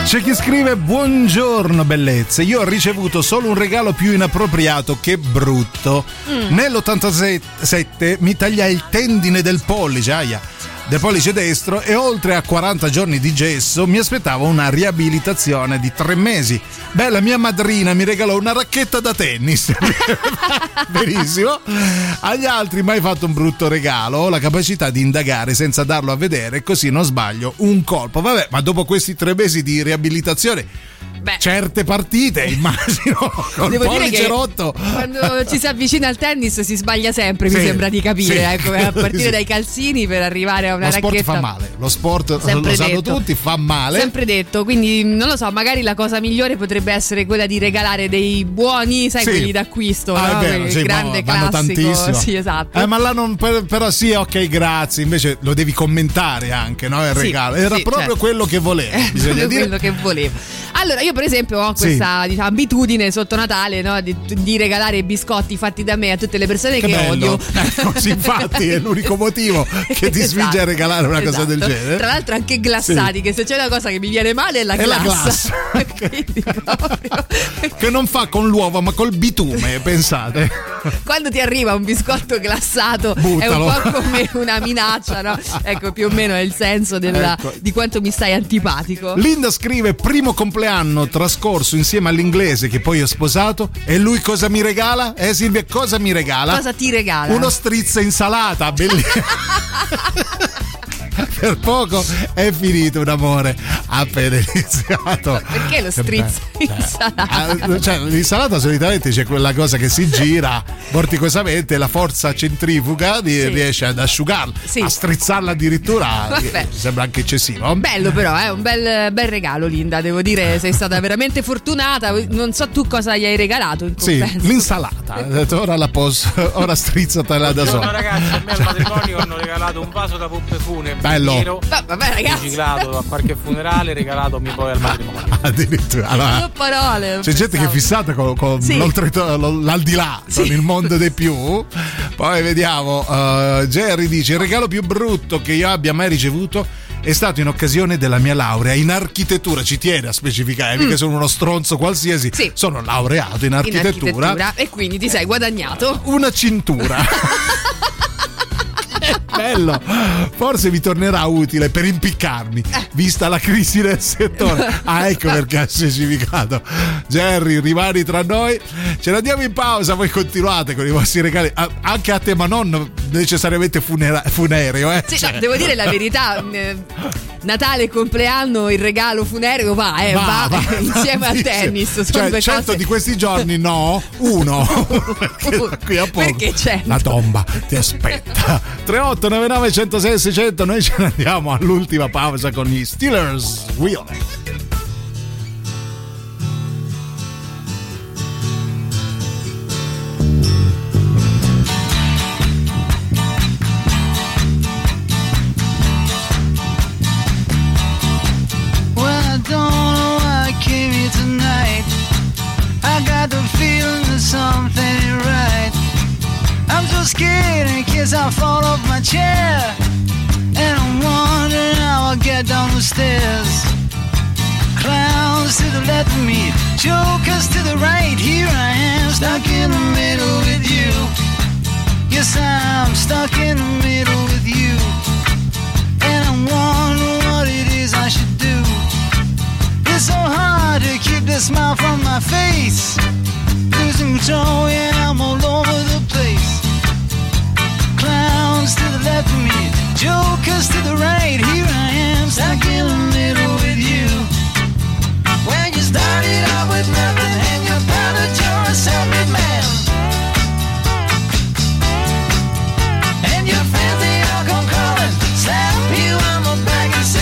C'è chi scrive: buongiorno bellezze, io ho ricevuto solo un regalo più inappropriato che brutto. Nell'87 mi tagliai il tendine del pollice destro e oltre a 40 giorni di gesso mi aspettavo una riabilitazione di 3 mesi. Beh, la mia madrina mi regalò una racchetta da tennis. Benissimo. Agli altri mai fatto un brutto regalo, ho la capacità di indagare senza darlo a vedere, così non sbaglio un colpo. Vabbè, ma dopo questi 3 mesi di riabilitazione, certe partite, immagino, con il pollice rotto. Quando ci si avvicina al tennis si sbaglia sempre, mi sembra di capire. Ecco, a partire dai calzini per arrivare a una racchetta. Lo sport fa male, lo sport lo sanno tutti, fa male. Sempre detto, quindi non lo so, magari la cosa migliore potrebbe essere quella di regalare dei buoni, sai, quelli d'acquisto, no? È vero, il grande classico. Tantissimo. Sì, esatto. Ma là non, però sì, ok, grazie. Invece lo devi commentare anche, no? Il regalo. Era proprio quello che volevo. Bisogna dire quello che volevo. Allora, io per esempio ho questa abitudine sotto Natale, no, di regalare biscotti fatti da me a tutte le persone che odio. Così, infatti è l'unico motivo che ti spinge a regalare una cosa del genere. Tra l'altro anche glassati, che se c'è una cosa che mi viene male è la glassa. Quindi proprio... che non fa con l'uovo ma col bitume, pensate. Quando ti arriva un biscotto glassato buttalo. È un po' come una minaccia, no? Ecco, più o meno è il senso di quanto mi stai antipatico. Linda scrive: primo compleanno trascorso insieme all'inglese che poi ho sposato, e lui cosa mi regala? Silvia, cosa mi regala? Cosa ti regala? Uno strizza insalata, bellissimo. Per poco è finito un amore appena iniziato. Perché lo strizza insalata? Cioè, l'insalata solitamente c'è quella cosa che si gira vorticosamente, la forza centrifuga riesce ad asciugarla, a strizzarla addirittura. Sembra anche eccessivo. Bello, però, è un bel regalo, Linda. Devo dire, sei stata veramente fortunata. Non so tu cosa gli hai regalato in compenso. Sì, l'insalata. Ho detto, ora strizzatela da sola. Ragazzi, a me al matrimonio hanno regalato un vaso da pompe funebri. Bello. Vabbè, ragazzi, riciclato a qualche funerale, regalatemi poi al matrimonio. Addirittura. Allora, parole, c'è gente che è fissata con l'aldilà, con il mondo dei più. Poi vediamo, Jerry dice: il regalo più brutto che io abbia mai ricevuto è stato in occasione della mia laurea in architettura. Ci tiene a specificare, mica sono uno stronzo qualsiasi, sono laureato in architettura e quindi ti sei guadagnato una cintura. Bello, forse mi tornerà utile per impiccarmi, vista la crisi del settore. Ecco perché ha specificato. Jerry, rimani tra noi. Ce ne andiamo in pausa, voi continuate con i vostri regali, anche a te, ma non necessariamente funereo. Sì, no, devo dire la verità. Natale e compleanno, il regalo funereo va insieme al tennis. Cioè, 100 di questi giorni no, uno. Qui a poco. Perché c'è la tomba ti aspetta. 3899 106 600. Noi ce ne andiamo all'ultima pausa con gli Steelers Wheel. Something ain't right. I'm so scared in case I fall off my chair, and I'm wondering how I'll get down the stairs. Clowns to the left of me, jokers to the right. Here I am, stuck in the middle with you. Yes, I'm stuck in the middle with you, and I'm wondering what it is I should do. It's so hard to keep the smile from my face. Losing control, yeah, I'm all over the place. Clowns to the left of me, jokers to the right. Here I am, stuck in the middle with you. When you started out with nothing and you found that you're a self-made man, and your friends, they all come calling, slap you on the back and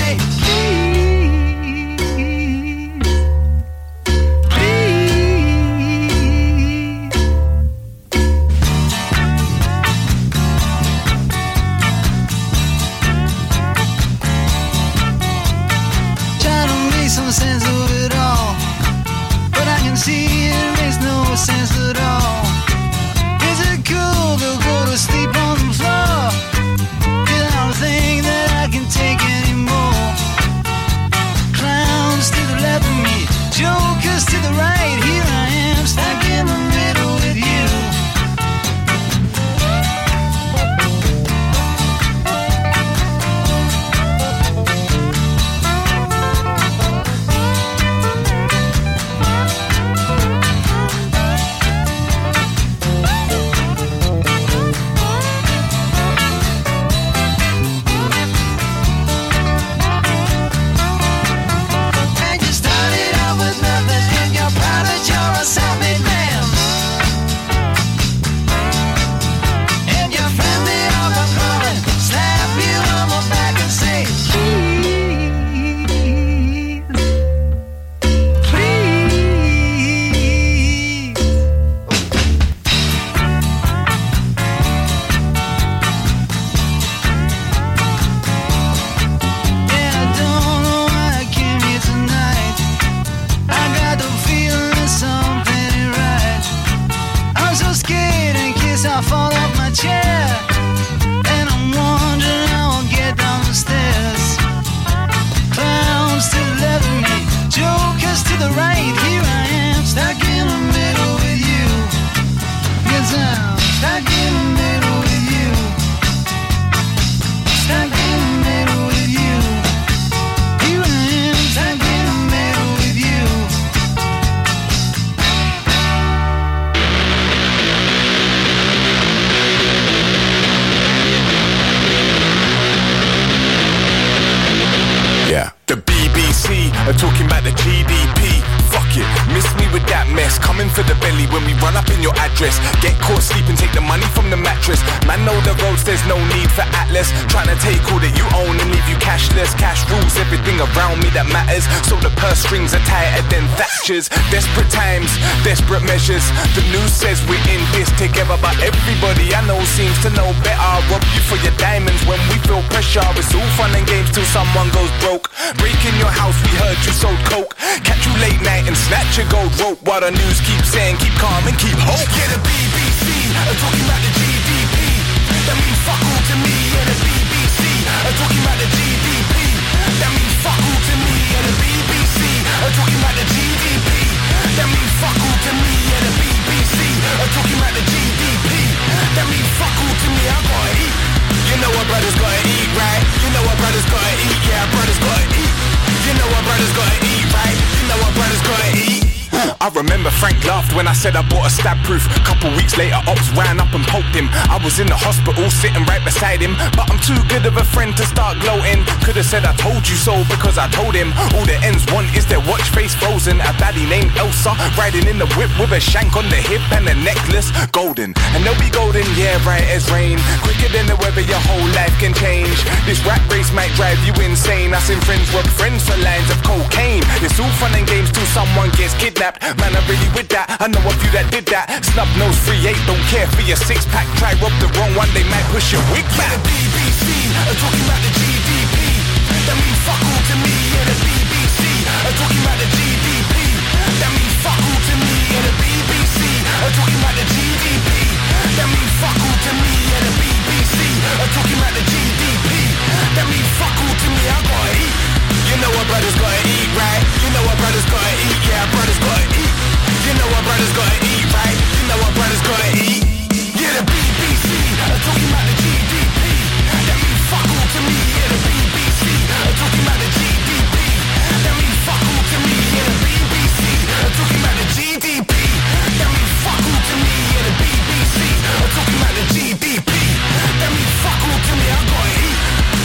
The BBC are talking about the GDP. Fuck it, miss me with that mess. Coming for the belly when we run up in your address. Get caught sleeping, take the money from the mattress. Man know the roads, there's no need for Atlas. Trying to take all that you own and leave you cashless. Cash rules everything around me that matters. So the purse strings are tighter than Thatcher's. Desperate times, desperate measures. The news says we're in this together, but everybody I know seems to know better. Rob you for your diamonds when we feel pressure. It's all fun and games till someone goes broke. Break in your house, we heard you sold coke. Catch you late night and snatch your gold rope. While the news keeps saying keep calm and keep hope. Yeah, the BBC are talking about the GDP. That means fuck all to me. Yeah, the BBC are talking about the GDP. That means fuck all to me. Yeah, the BBC are talking about the GDP. That means fuck all to me. Yeah, the BBC are talking about the GDP. That means fuck all to me. I gotta eat. You know our brothers gotta eat, right? You know our brothers gotta eat. Yeah, our brothers gotta eat. You know our brothers gotta eat, right? You know our brothers gotta eat. I remember Frank laughed when I said I bought a stab proof. Couple weeks later, ops ran up and poked him. I was in the hospital sitting right beside him, but I'm too good of a friend to start gloating. Could've said I told you so because I told him. All the ends want is their watch face frozen. A baddie named Elsa riding in the whip with a shank on the hip and a necklace golden. And they'll be golden, yeah, right as rain. Quicker than the weather, your whole life can change. This rap race might drive you insane. I seen friends rob friends for lines of cocaine. It's all fun and games till someone gets kidnapped. Man, I'm really with that. I know a few that did that. Snub nose 3-8, don't care for your six-pack. Try rob the wrong one, they might push your wig back. The BBC are talking about the GDP. That means fuck all to me. Yeah, the BBC are talking about the GDP. That means fuck all to me. Yeah, the BBC are talking about the GDP. That means fuck all to me. Yeah, the BBC are talking about the GDP. That means fuck all to me. I gotta eat. You know our brothers gotta eat, right? You know our brothers gotta eat. Yeah, our brothers gotta eat. You know our brothers gotta eat, right? You know our brothers gotta eat. Yeah, the BBC are talking about the GDP. That means fuck all to me. Yeah, the BBC are talking about the GDP. That means fuck all to me. Yeah, the BBC are talking about the GDP. That means fuck all to me. Yeah, the BBC are talking about the GDP. That means fuck all to me. I gotta eat.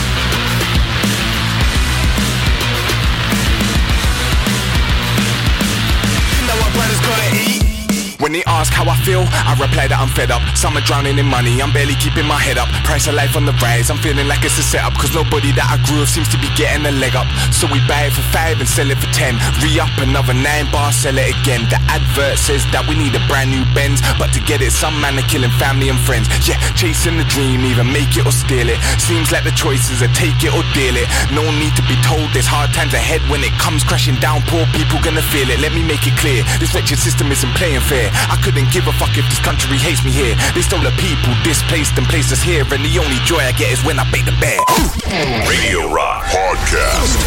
Brothers gotta eat. When they ask how I feel, I reply that I'm fed up. Some are drowning in money, I'm barely keeping my head up. Price of life on the rise, I'm feeling like it's a setup. Cause nobody that I grew up seems to be getting a leg up. So we buy it for 5 and sell it for 10. Re-up another 9 bars, sell it again. The advert says that we need a brand new Benz, but to get it, some man are killing family and friends. Yeah, chasing the dream, either make it or steal it. Seems like the choices are take it or deal it. No need to be told there's hard times ahead. When it comes crashing down, poor people gonna feel it. Let me make it clear, this wretched system isn't playing fair. I couldn't give a fuck if this country hates me here. They stole the people, displaced and placed us here. And the only joy I get is when I bait the bear. Radio Rock Podcast.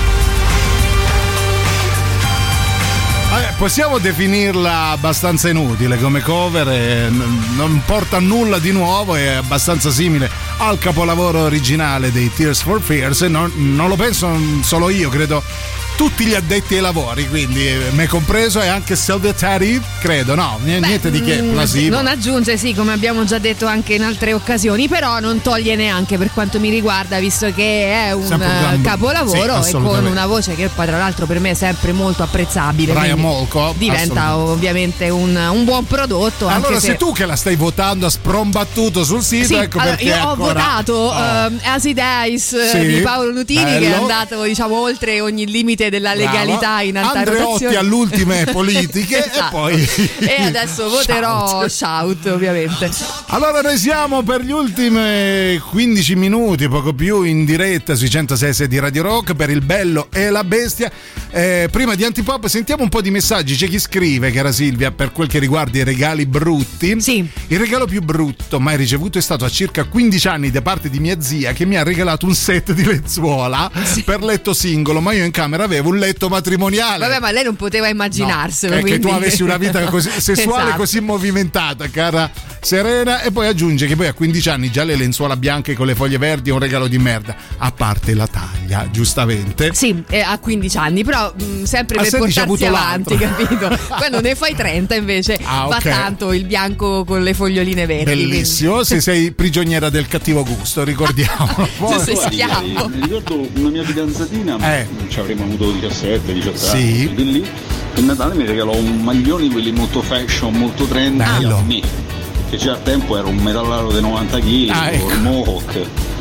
Possiamo definirla abbastanza inutile come cover, non porta nulla di nuovo, è abbastanza simile al capolavoro originale dei Tears for Fears. Non lo penso solo io, credo tutti gli addetti ai lavori, quindi me compreso, e anche Salvatari, credo, no? Niente di che, plasivo. Non aggiunge, sì, come abbiamo già detto anche in altre occasioni, però non toglie neanche, per quanto mi riguarda, visto che è un capolavoro, sì, e con una voce che poi tra l'altro per me è sempre molto apprezzabile. Brian Molko diventa ovviamente un buon prodotto. Allora anche se tu che la stai votando a sprombattuto sul sito, sì, ecco allora, perché io ho votato Acid Ice di Paolo Nutini, bello, che è andato, diciamo, oltre ogni limite della legalità in alta rotazione. Andreotti alle ultime politiche. Esatto. E adesso voterò Shout, ovviamente. Allora noi siamo per gli ultimi 15 minuti, poco più, in diretta sui 106 di Radio Rock per Il Bello e la Bestia. Prima di Antipop sentiamo un po' di messaggi. C'è chi scrive, cara Silvia, per quel che riguarda i regali brutti. Sì. Il regalo più brutto mai ricevuto è stato a circa 15 anni da parte di mia zia, che mi ha regalato un set di lenzuola per letto singolo, ma io in camera avevo un letto matrimoniale. Vabbè, ma lei non poteva immaginarselo. No, che tu avessi una vita così sessuale, esatto, così movimentata, cara Serena. E poi aggiunge che poi a 15 anni già le lenzuola bianche con le foglie verdi è un regalo di merda, a parte la taglia, giustamente. Sì, a 15 anni, però sempre per portarsi avanti, capito? Quando ne fai 30 invece va tanto il bianco con le foglioline verdi. Bellissimo, quindi. Se sei prigioniera del cattivo gusto, ricordiamo. Se sei schiavo. Mi ricordo una mia fidanzatina, ci avremmo avuto 17 anni, lì. Il Natale mi regalò un maglione, quelli molto fashion, molto trendy, a me, che già al tempo era un metallaro di 90 kg, con il mohawk,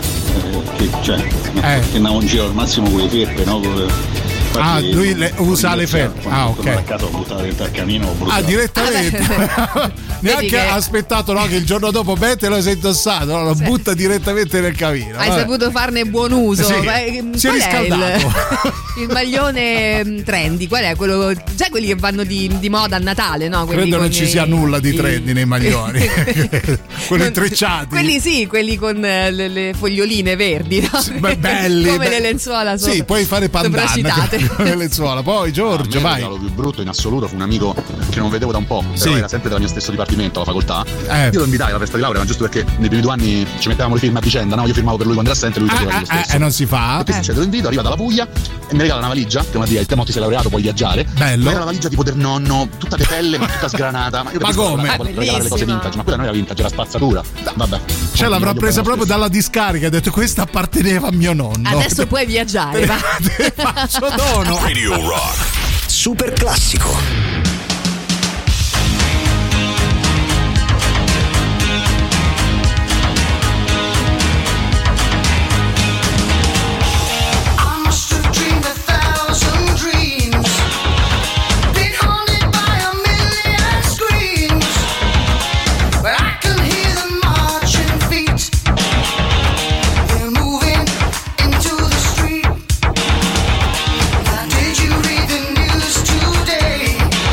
che andavo in giro al massimo con le felpe, no? Lui usa le felpe. Ok. A casa ho buttato dentro al camino. Direttamente. Neanche ha aspettato che il giorno dopo Bette lo si è indossato, lo butta direttamente nel camino. Hai saputo farne buon uso. Si è riscaldato. Il maglione trendy, qual è? Quello, già quelli che vanno di moda a Natale, no? Quelli credo non ci sia nulla di trendy nei maglioni. Quelli intrecciati. Quelli sì, quelli con le foglioline verdi, no? Belli. Come le lenzuola sopra. Sì, puoi fare pandan con le lenzuola. Poi Giorgio, vai. Il regalo più brutto in assoluto fu un amico che non vedevo da un po', però era sempre del mio stesso dipartimento, la facoltà. Io lo invitai alla festa di laurea, ma giusto perché nei primi 2 anni ci mettevamo le firme a vicenda, no? Io firmavo per lui quando era assente, lui faceva lo stesso. Non si fa. E quindi lo invito, arriva dalla Puglia e mi regala una valigia, che una dire, te ti sei laureato, puoi viaggiare. Bello. Ma era una valigia tipo del nonno, tutta di pelle, ma tutta sgranata. Ma come? Regalare le cose vintage, ma quella non era vintage, era spazzatura. Vabbè. Cioè l'avrà presa proprio dalla discarica, ha detto questa apparteneva a mio nonno. Adesso puoi viaggiare, va. Faccio dono. Radio Rock. Super classico. Did you read the news today?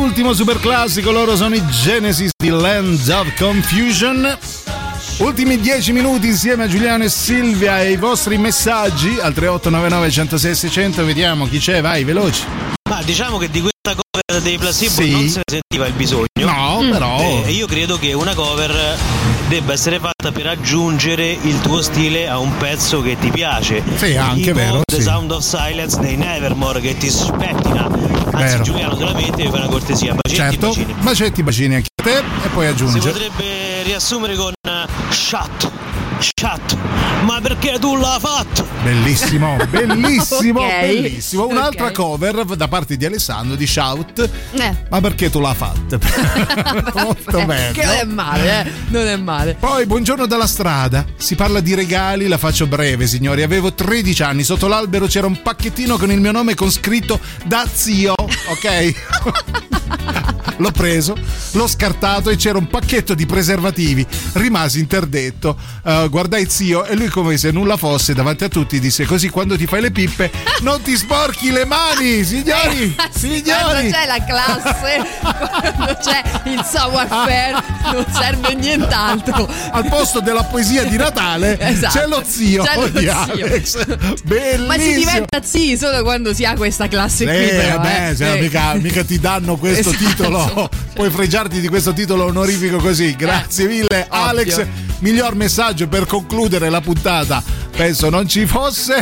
l'ultimo super classico, loro sono i Genesis di Land of Confusion. Ultimi 10 minuti insieme a Giuliano e Silvia e i vostri messaggi al 3899 106 600. Vediamo chi c'è, vai, veloci. Ma diciamo che di questa cover dei Placebo non se ne sentiva il bisogno. No, però io credo che una cover debba essere fatta per aggiungere il tuo stile a un pezzo che ti piace. Sì, anche tipo vero. The Sound of Silence dei Nevermore, che ti spettina. Anzi, vero. Giuliano, te la metti e fai una cortesia. Bacetti, bacini. Bacetti, bacini anche a te e poi aggiunge. Si potrebbe riassumere con Shut, ma perché tu l'hai fatto? Bellissimo, bellissimo, Okay. bellissimo. Un'altra cover da parte di Alessandro di Shout. Ma perché tu l'hai fatta? Molto bello. Che non è male, non è male. Poi buongiorno dalla strada. Si parla di regali, la faccio breve, signori. Avevo 13 anni, sotto l'albero c'era un pacchettino con il mio nome con scritto da zio, ok? L'ho preso, l'ho scartato e c'era un pacchetto di preservativi. Rimasi interdetto. Guardai zio e lui, come se nulla fosse, davanti a tutti disse: così quando ti fai le pippe non ti sporchi le mani, signori. Quando c'è la classe, quando c'è il savoir-faire, non serve nient'altro. Al posto della poesia di Natale Esatto. c'è lo zio C'è lo di zio. Alex. Bellissimo. Ma si diventa zii solo quando si ha questa classe qui, però, mica ti danno questo titolo. Puoi fregiarti di questo titolo onorifico così. Grazie mille, Alex. Miglior messaggio per concludere la puntata penso non ci fosse.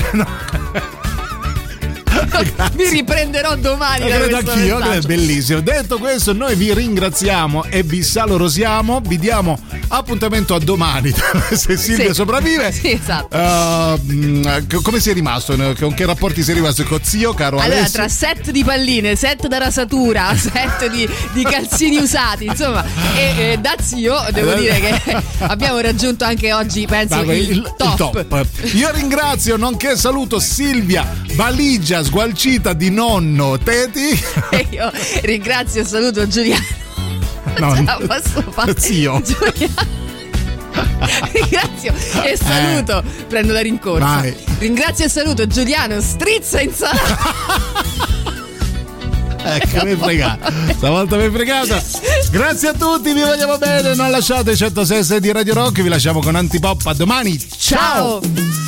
Mi riprenderò domani. Da credo questo anch'io, che è messaggio. bellissimo. Detto questo, noi vi ringraziamo e vi salorosiamo. Vi diamo appuntamento a domani se Silvia sopravvive. Sì, esatto. Come sei rimasto? Con che rapporti sei rimasto con zio, caro Allora, Alessio? tra set di palline, set da rasatura, set di calzini usati, insomma, e da zio devo dire che abbiamo raggiunto anche oggi, penso, il top. Io ringrazio, nonché saluto Silvia, valigia sgualcita di nonno Teti. E io ringrazio e saluto Giuliano. No, Ce la posso fare. zio. Giuliano. Ringrazio e saluto. Prendo la rincorsa. Vai. Ringrazio e saluto Giuliano Strizza Insalata. Ecco, mi fregata. Stavolta mi hai fregata. Grazie a tutti, vi vogliamo bene. Non lasciate 106 di Radio Rock. Vi lasciamo con Antipop. A domani. Ciao.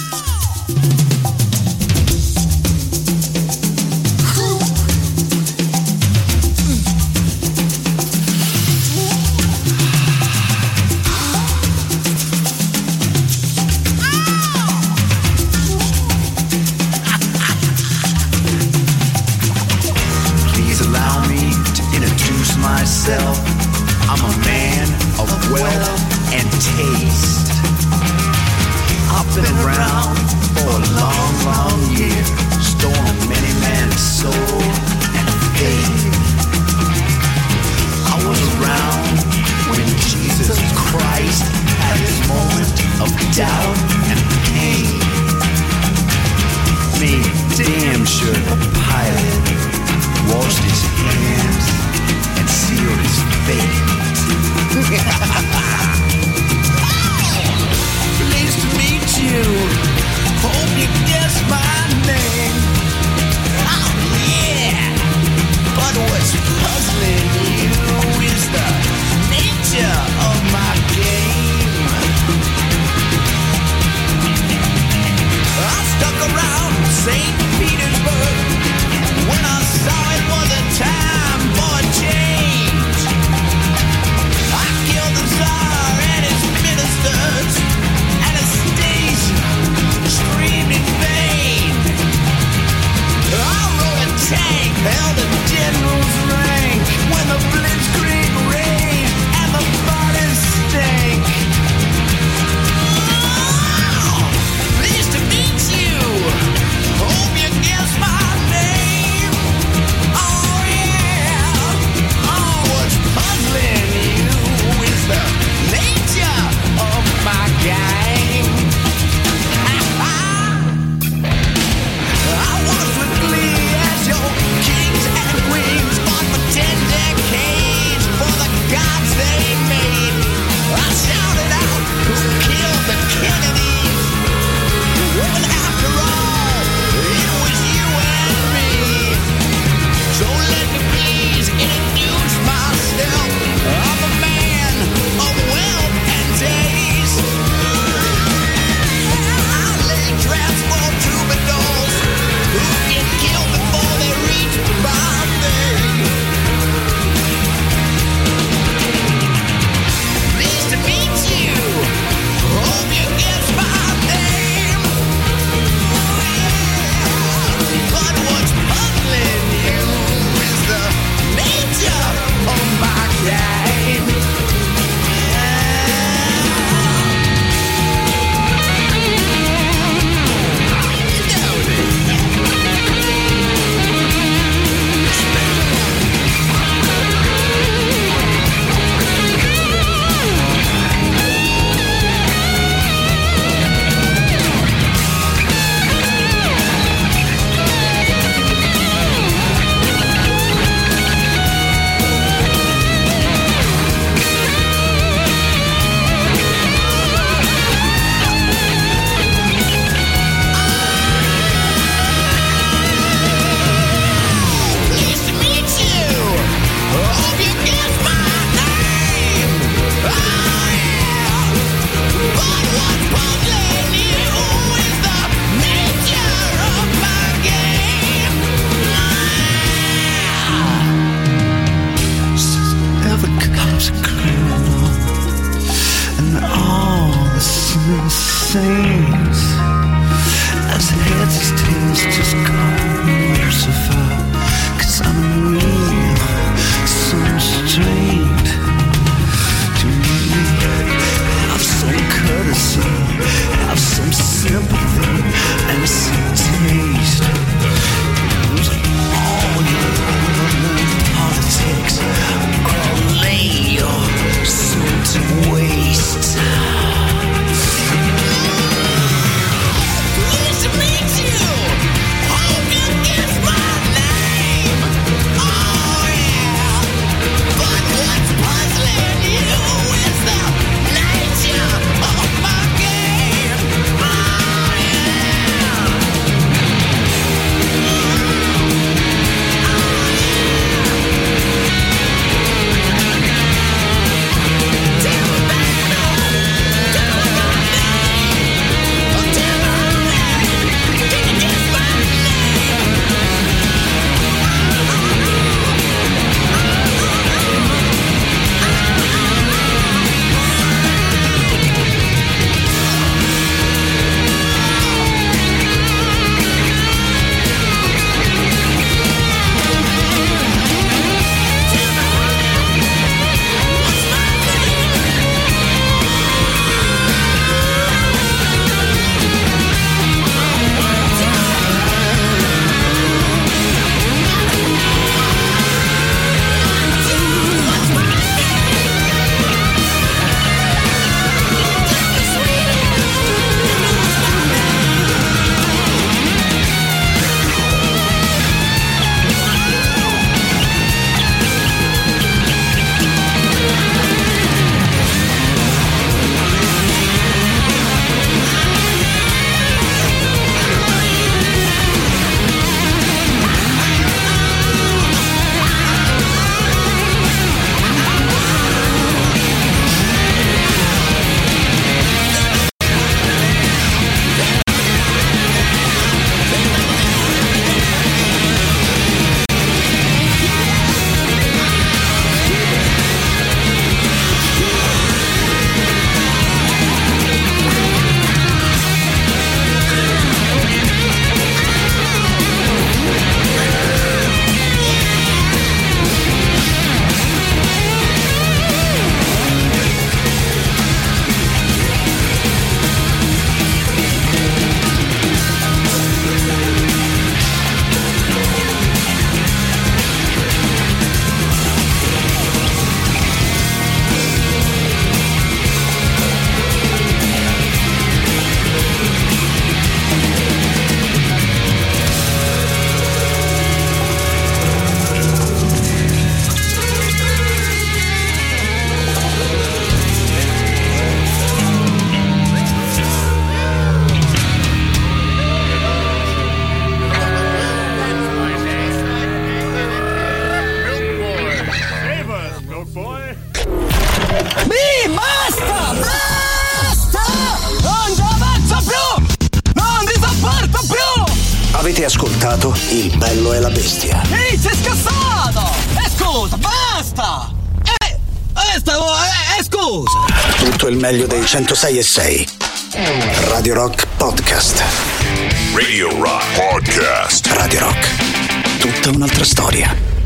Myself, I'm a man of wealth and taste. I've been around for a long, long year, stolen many man's soul and faith. I was around when Jesus Christ had his moment of doubt and pain. Me, damn sure the pilot washed his hands and sealed his fate. Pleased to meet you. Hope you guessed my name. Oh yeah. But what's puzzling you is the nature of my game. I stuck around St. Petersburg when I saw it was a time for a change. I killed the Tsar and his ministers, Anastasia screamed in vain. I rode a tank, held a general's rank when the blitzkrieg raged and the bodies stank. Oh, pleased to meet you. Hope scenes as heads as tails just go Lucifer, 'cause I'm a marine, so strained to me. Have some courtesy, have some sympathy and some taste. Use all your politics or lay your soul to waste. Avete ascoltato Il Bello e la Bestia. Ehi, sei scassato! Scusa, basta! Scusa! Tutto il meglio dei 106.6. Radio Rock Podcast. Radio Rock Podcast. Radio Rock. Tutta un'altra storia.